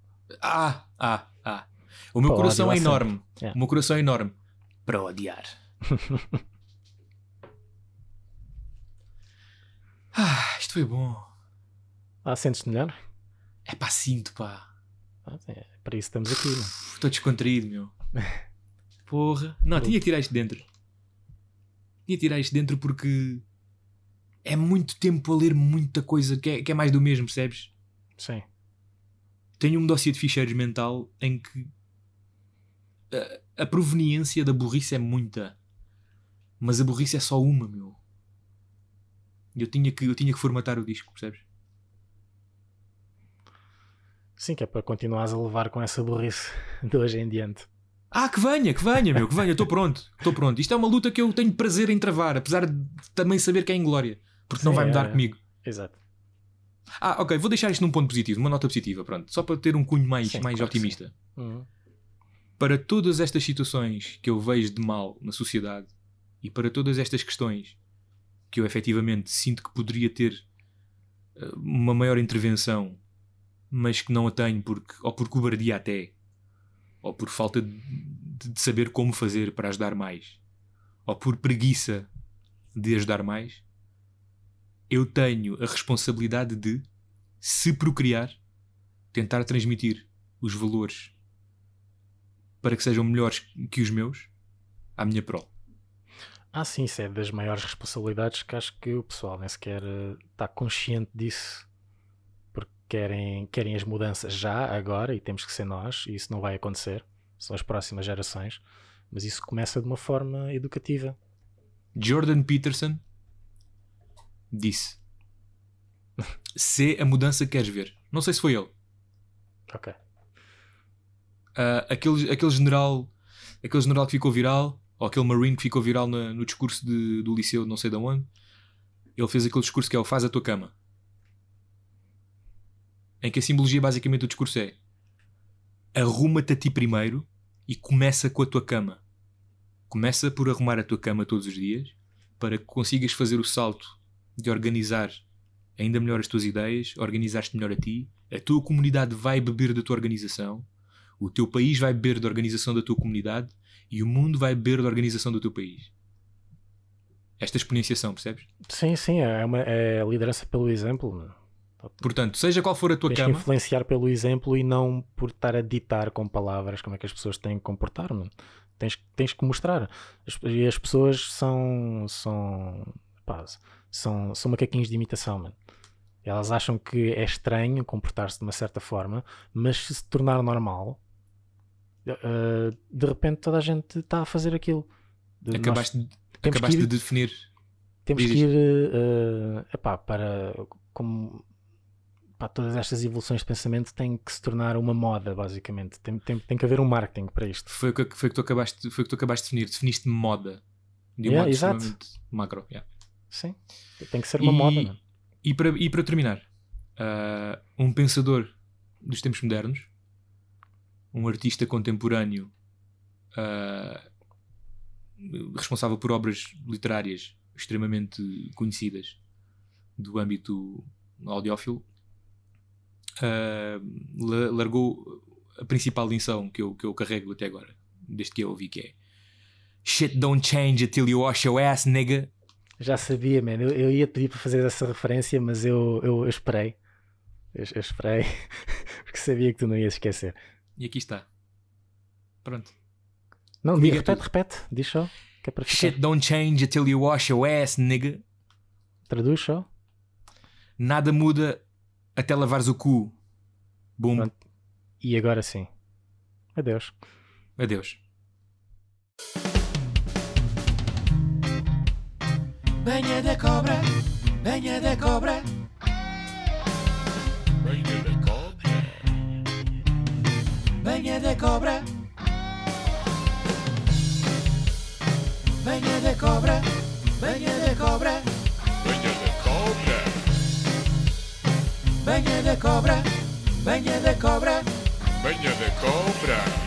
Ah, ah, ah. O meu Pá, coração ódio é há enorme. sempre. É. O meu coração é enorme. Para odiar. Ah, isto foi bom. Ah, sentes-te melhor? É pá, sinto, pá. Ah, é, para isso estamos aqui, não? Estou descontraído, meu. Porra. Não, tinha que tirar isto de dentro. Tinha que tirar isto de dentro porque é muito tempo a ler muita coisa que é, que é mais do mesmo, percebes? Sim. Tenho um dossiê de ficheiros mental em que a, a proveniência da burrice é muita. Mas a burrice é só uma, meu. Eu tinha que, eu tinha que formatar o disco, percebes? Sim, que é para continuares a levar com essa burrice de hoje em diante. Ah, que venha, que venha, meu, que venha, estou pronto, estou pronto. Isto é uma luta que eu tenho prazer em travar, apesar de também saber que é inglória, porque Sim, não vai é, mudar é. comigo. Exato. Ah, ok, vou deixar isto num ponto positivo, numa nota positiva, pronto, só para ter um cunho mais, Sim, mais claro que otimista. Uhum. Para todas estas situações que eu vejo de mal na sociedade e para todas estas questões que eu efetivamente sinto que poderia ter uh, uma maior intervenção, mas que não a tenho porque, ou por cobardia até, ou por falta de, de saber como fazer para ajudar mais, ou por preguiça de ajudar mais, eu tenho a responsabilidade de, se procriar, tentar transmitir os valores para que sejam melhores que os meus à minha prol. Ah, sim, isso é das maiores responsabilidades que acho que o pessoal nem sequer uh, está consciente disso, porque querem, querem as mudanças já, agora, e temos que ser nós, e isso não vai acontecer, são as próximas gerações, mas isso começa de uma forma educativa. Jordan Peterson disse: se a mudança queres ver. Não sei se foi ele. Ok. Uh, aquele, aquele general aquele general que ficou viral, ou aquele marine que ficou viral na, no discurso de, do liceu de não sei de onde, ele fez aquele discurso que é o faz a tua cama, em que a simbologia basicamente do discurso é: arruma-te a ti primeiro e começa com a tua cama. Começa por arrumar a tua cama todos os dias para que consigas fazer o salto de organizar ainda melhor as tuas ideias, organizar-te melhor a ti, a tua comunidade vai beber da tua organização, o teu país vai beber da organização da tua comunidade e o mundo vai beber da organização do teu país. Esta exponenciação, percebes? Sim, sim, é, uma, é a liderança pelo exemplo. Portanto, seja qual for a tua Tens cama... que influenciar pelo exemplo e não por estar a ditar com palavras como é que as pessoas têm que comportar, mano. Tens, tens que mostrar. As, e as pessoas são são, pá, são são macaquinhos de imitação, mano. Elas acham que é estranho comportar-se de uma certa forma, mas se se tornar normal, uh, de repente toda a gente está a fazer aquilo. De, acabaste nós, de, acabaste ir, de definir. Temos Diz que ir uh, epá, para como pá, todas estas evoluções de pensamento têm que se tornar uma moda, basicamente. Tem, tem, tem que haver um marketing para isto. Foi o que, foi que, tu, acabaste, foi que tu acabaste de definir. Definiste moda. De um yeah, modo exato. extremamente macro. Yeah. Sim. Tem que ser uma e, moda. Não? E, para, e para terminar, uh, um pensador dos tempos modernos, um artista contemporâneo uh, responsável por obras literárias extremamente conhecidas do âmbito audiófilo, uh, largou a principal lição que eu, que eu carrego até agora, desde que eu ouvi, que é: shit don't change until you wash your ass, nigga. Já sabia, man. Eu, eu ia pedir para fazer essa referência, mas eu, eu, eu esperei. Eu, eu esperei, porque sabia que tu não ias esquecer. E aqui está. Pronto. Não, diga, repete, repete. Diz só. Que é para ficar. Shit don't change until you wash your ass, nigga. Traduz só. Nada muda até lavares o cu. Boom. Pronto. E agora sim. Adeus. Adeus. Banha da cobra, banha da cobra, Banha da cobra. banha da cobra, banha da cobra, banha da cobra, Banha da cobra. banha da cobra, banha da cobra. Banha da cobra.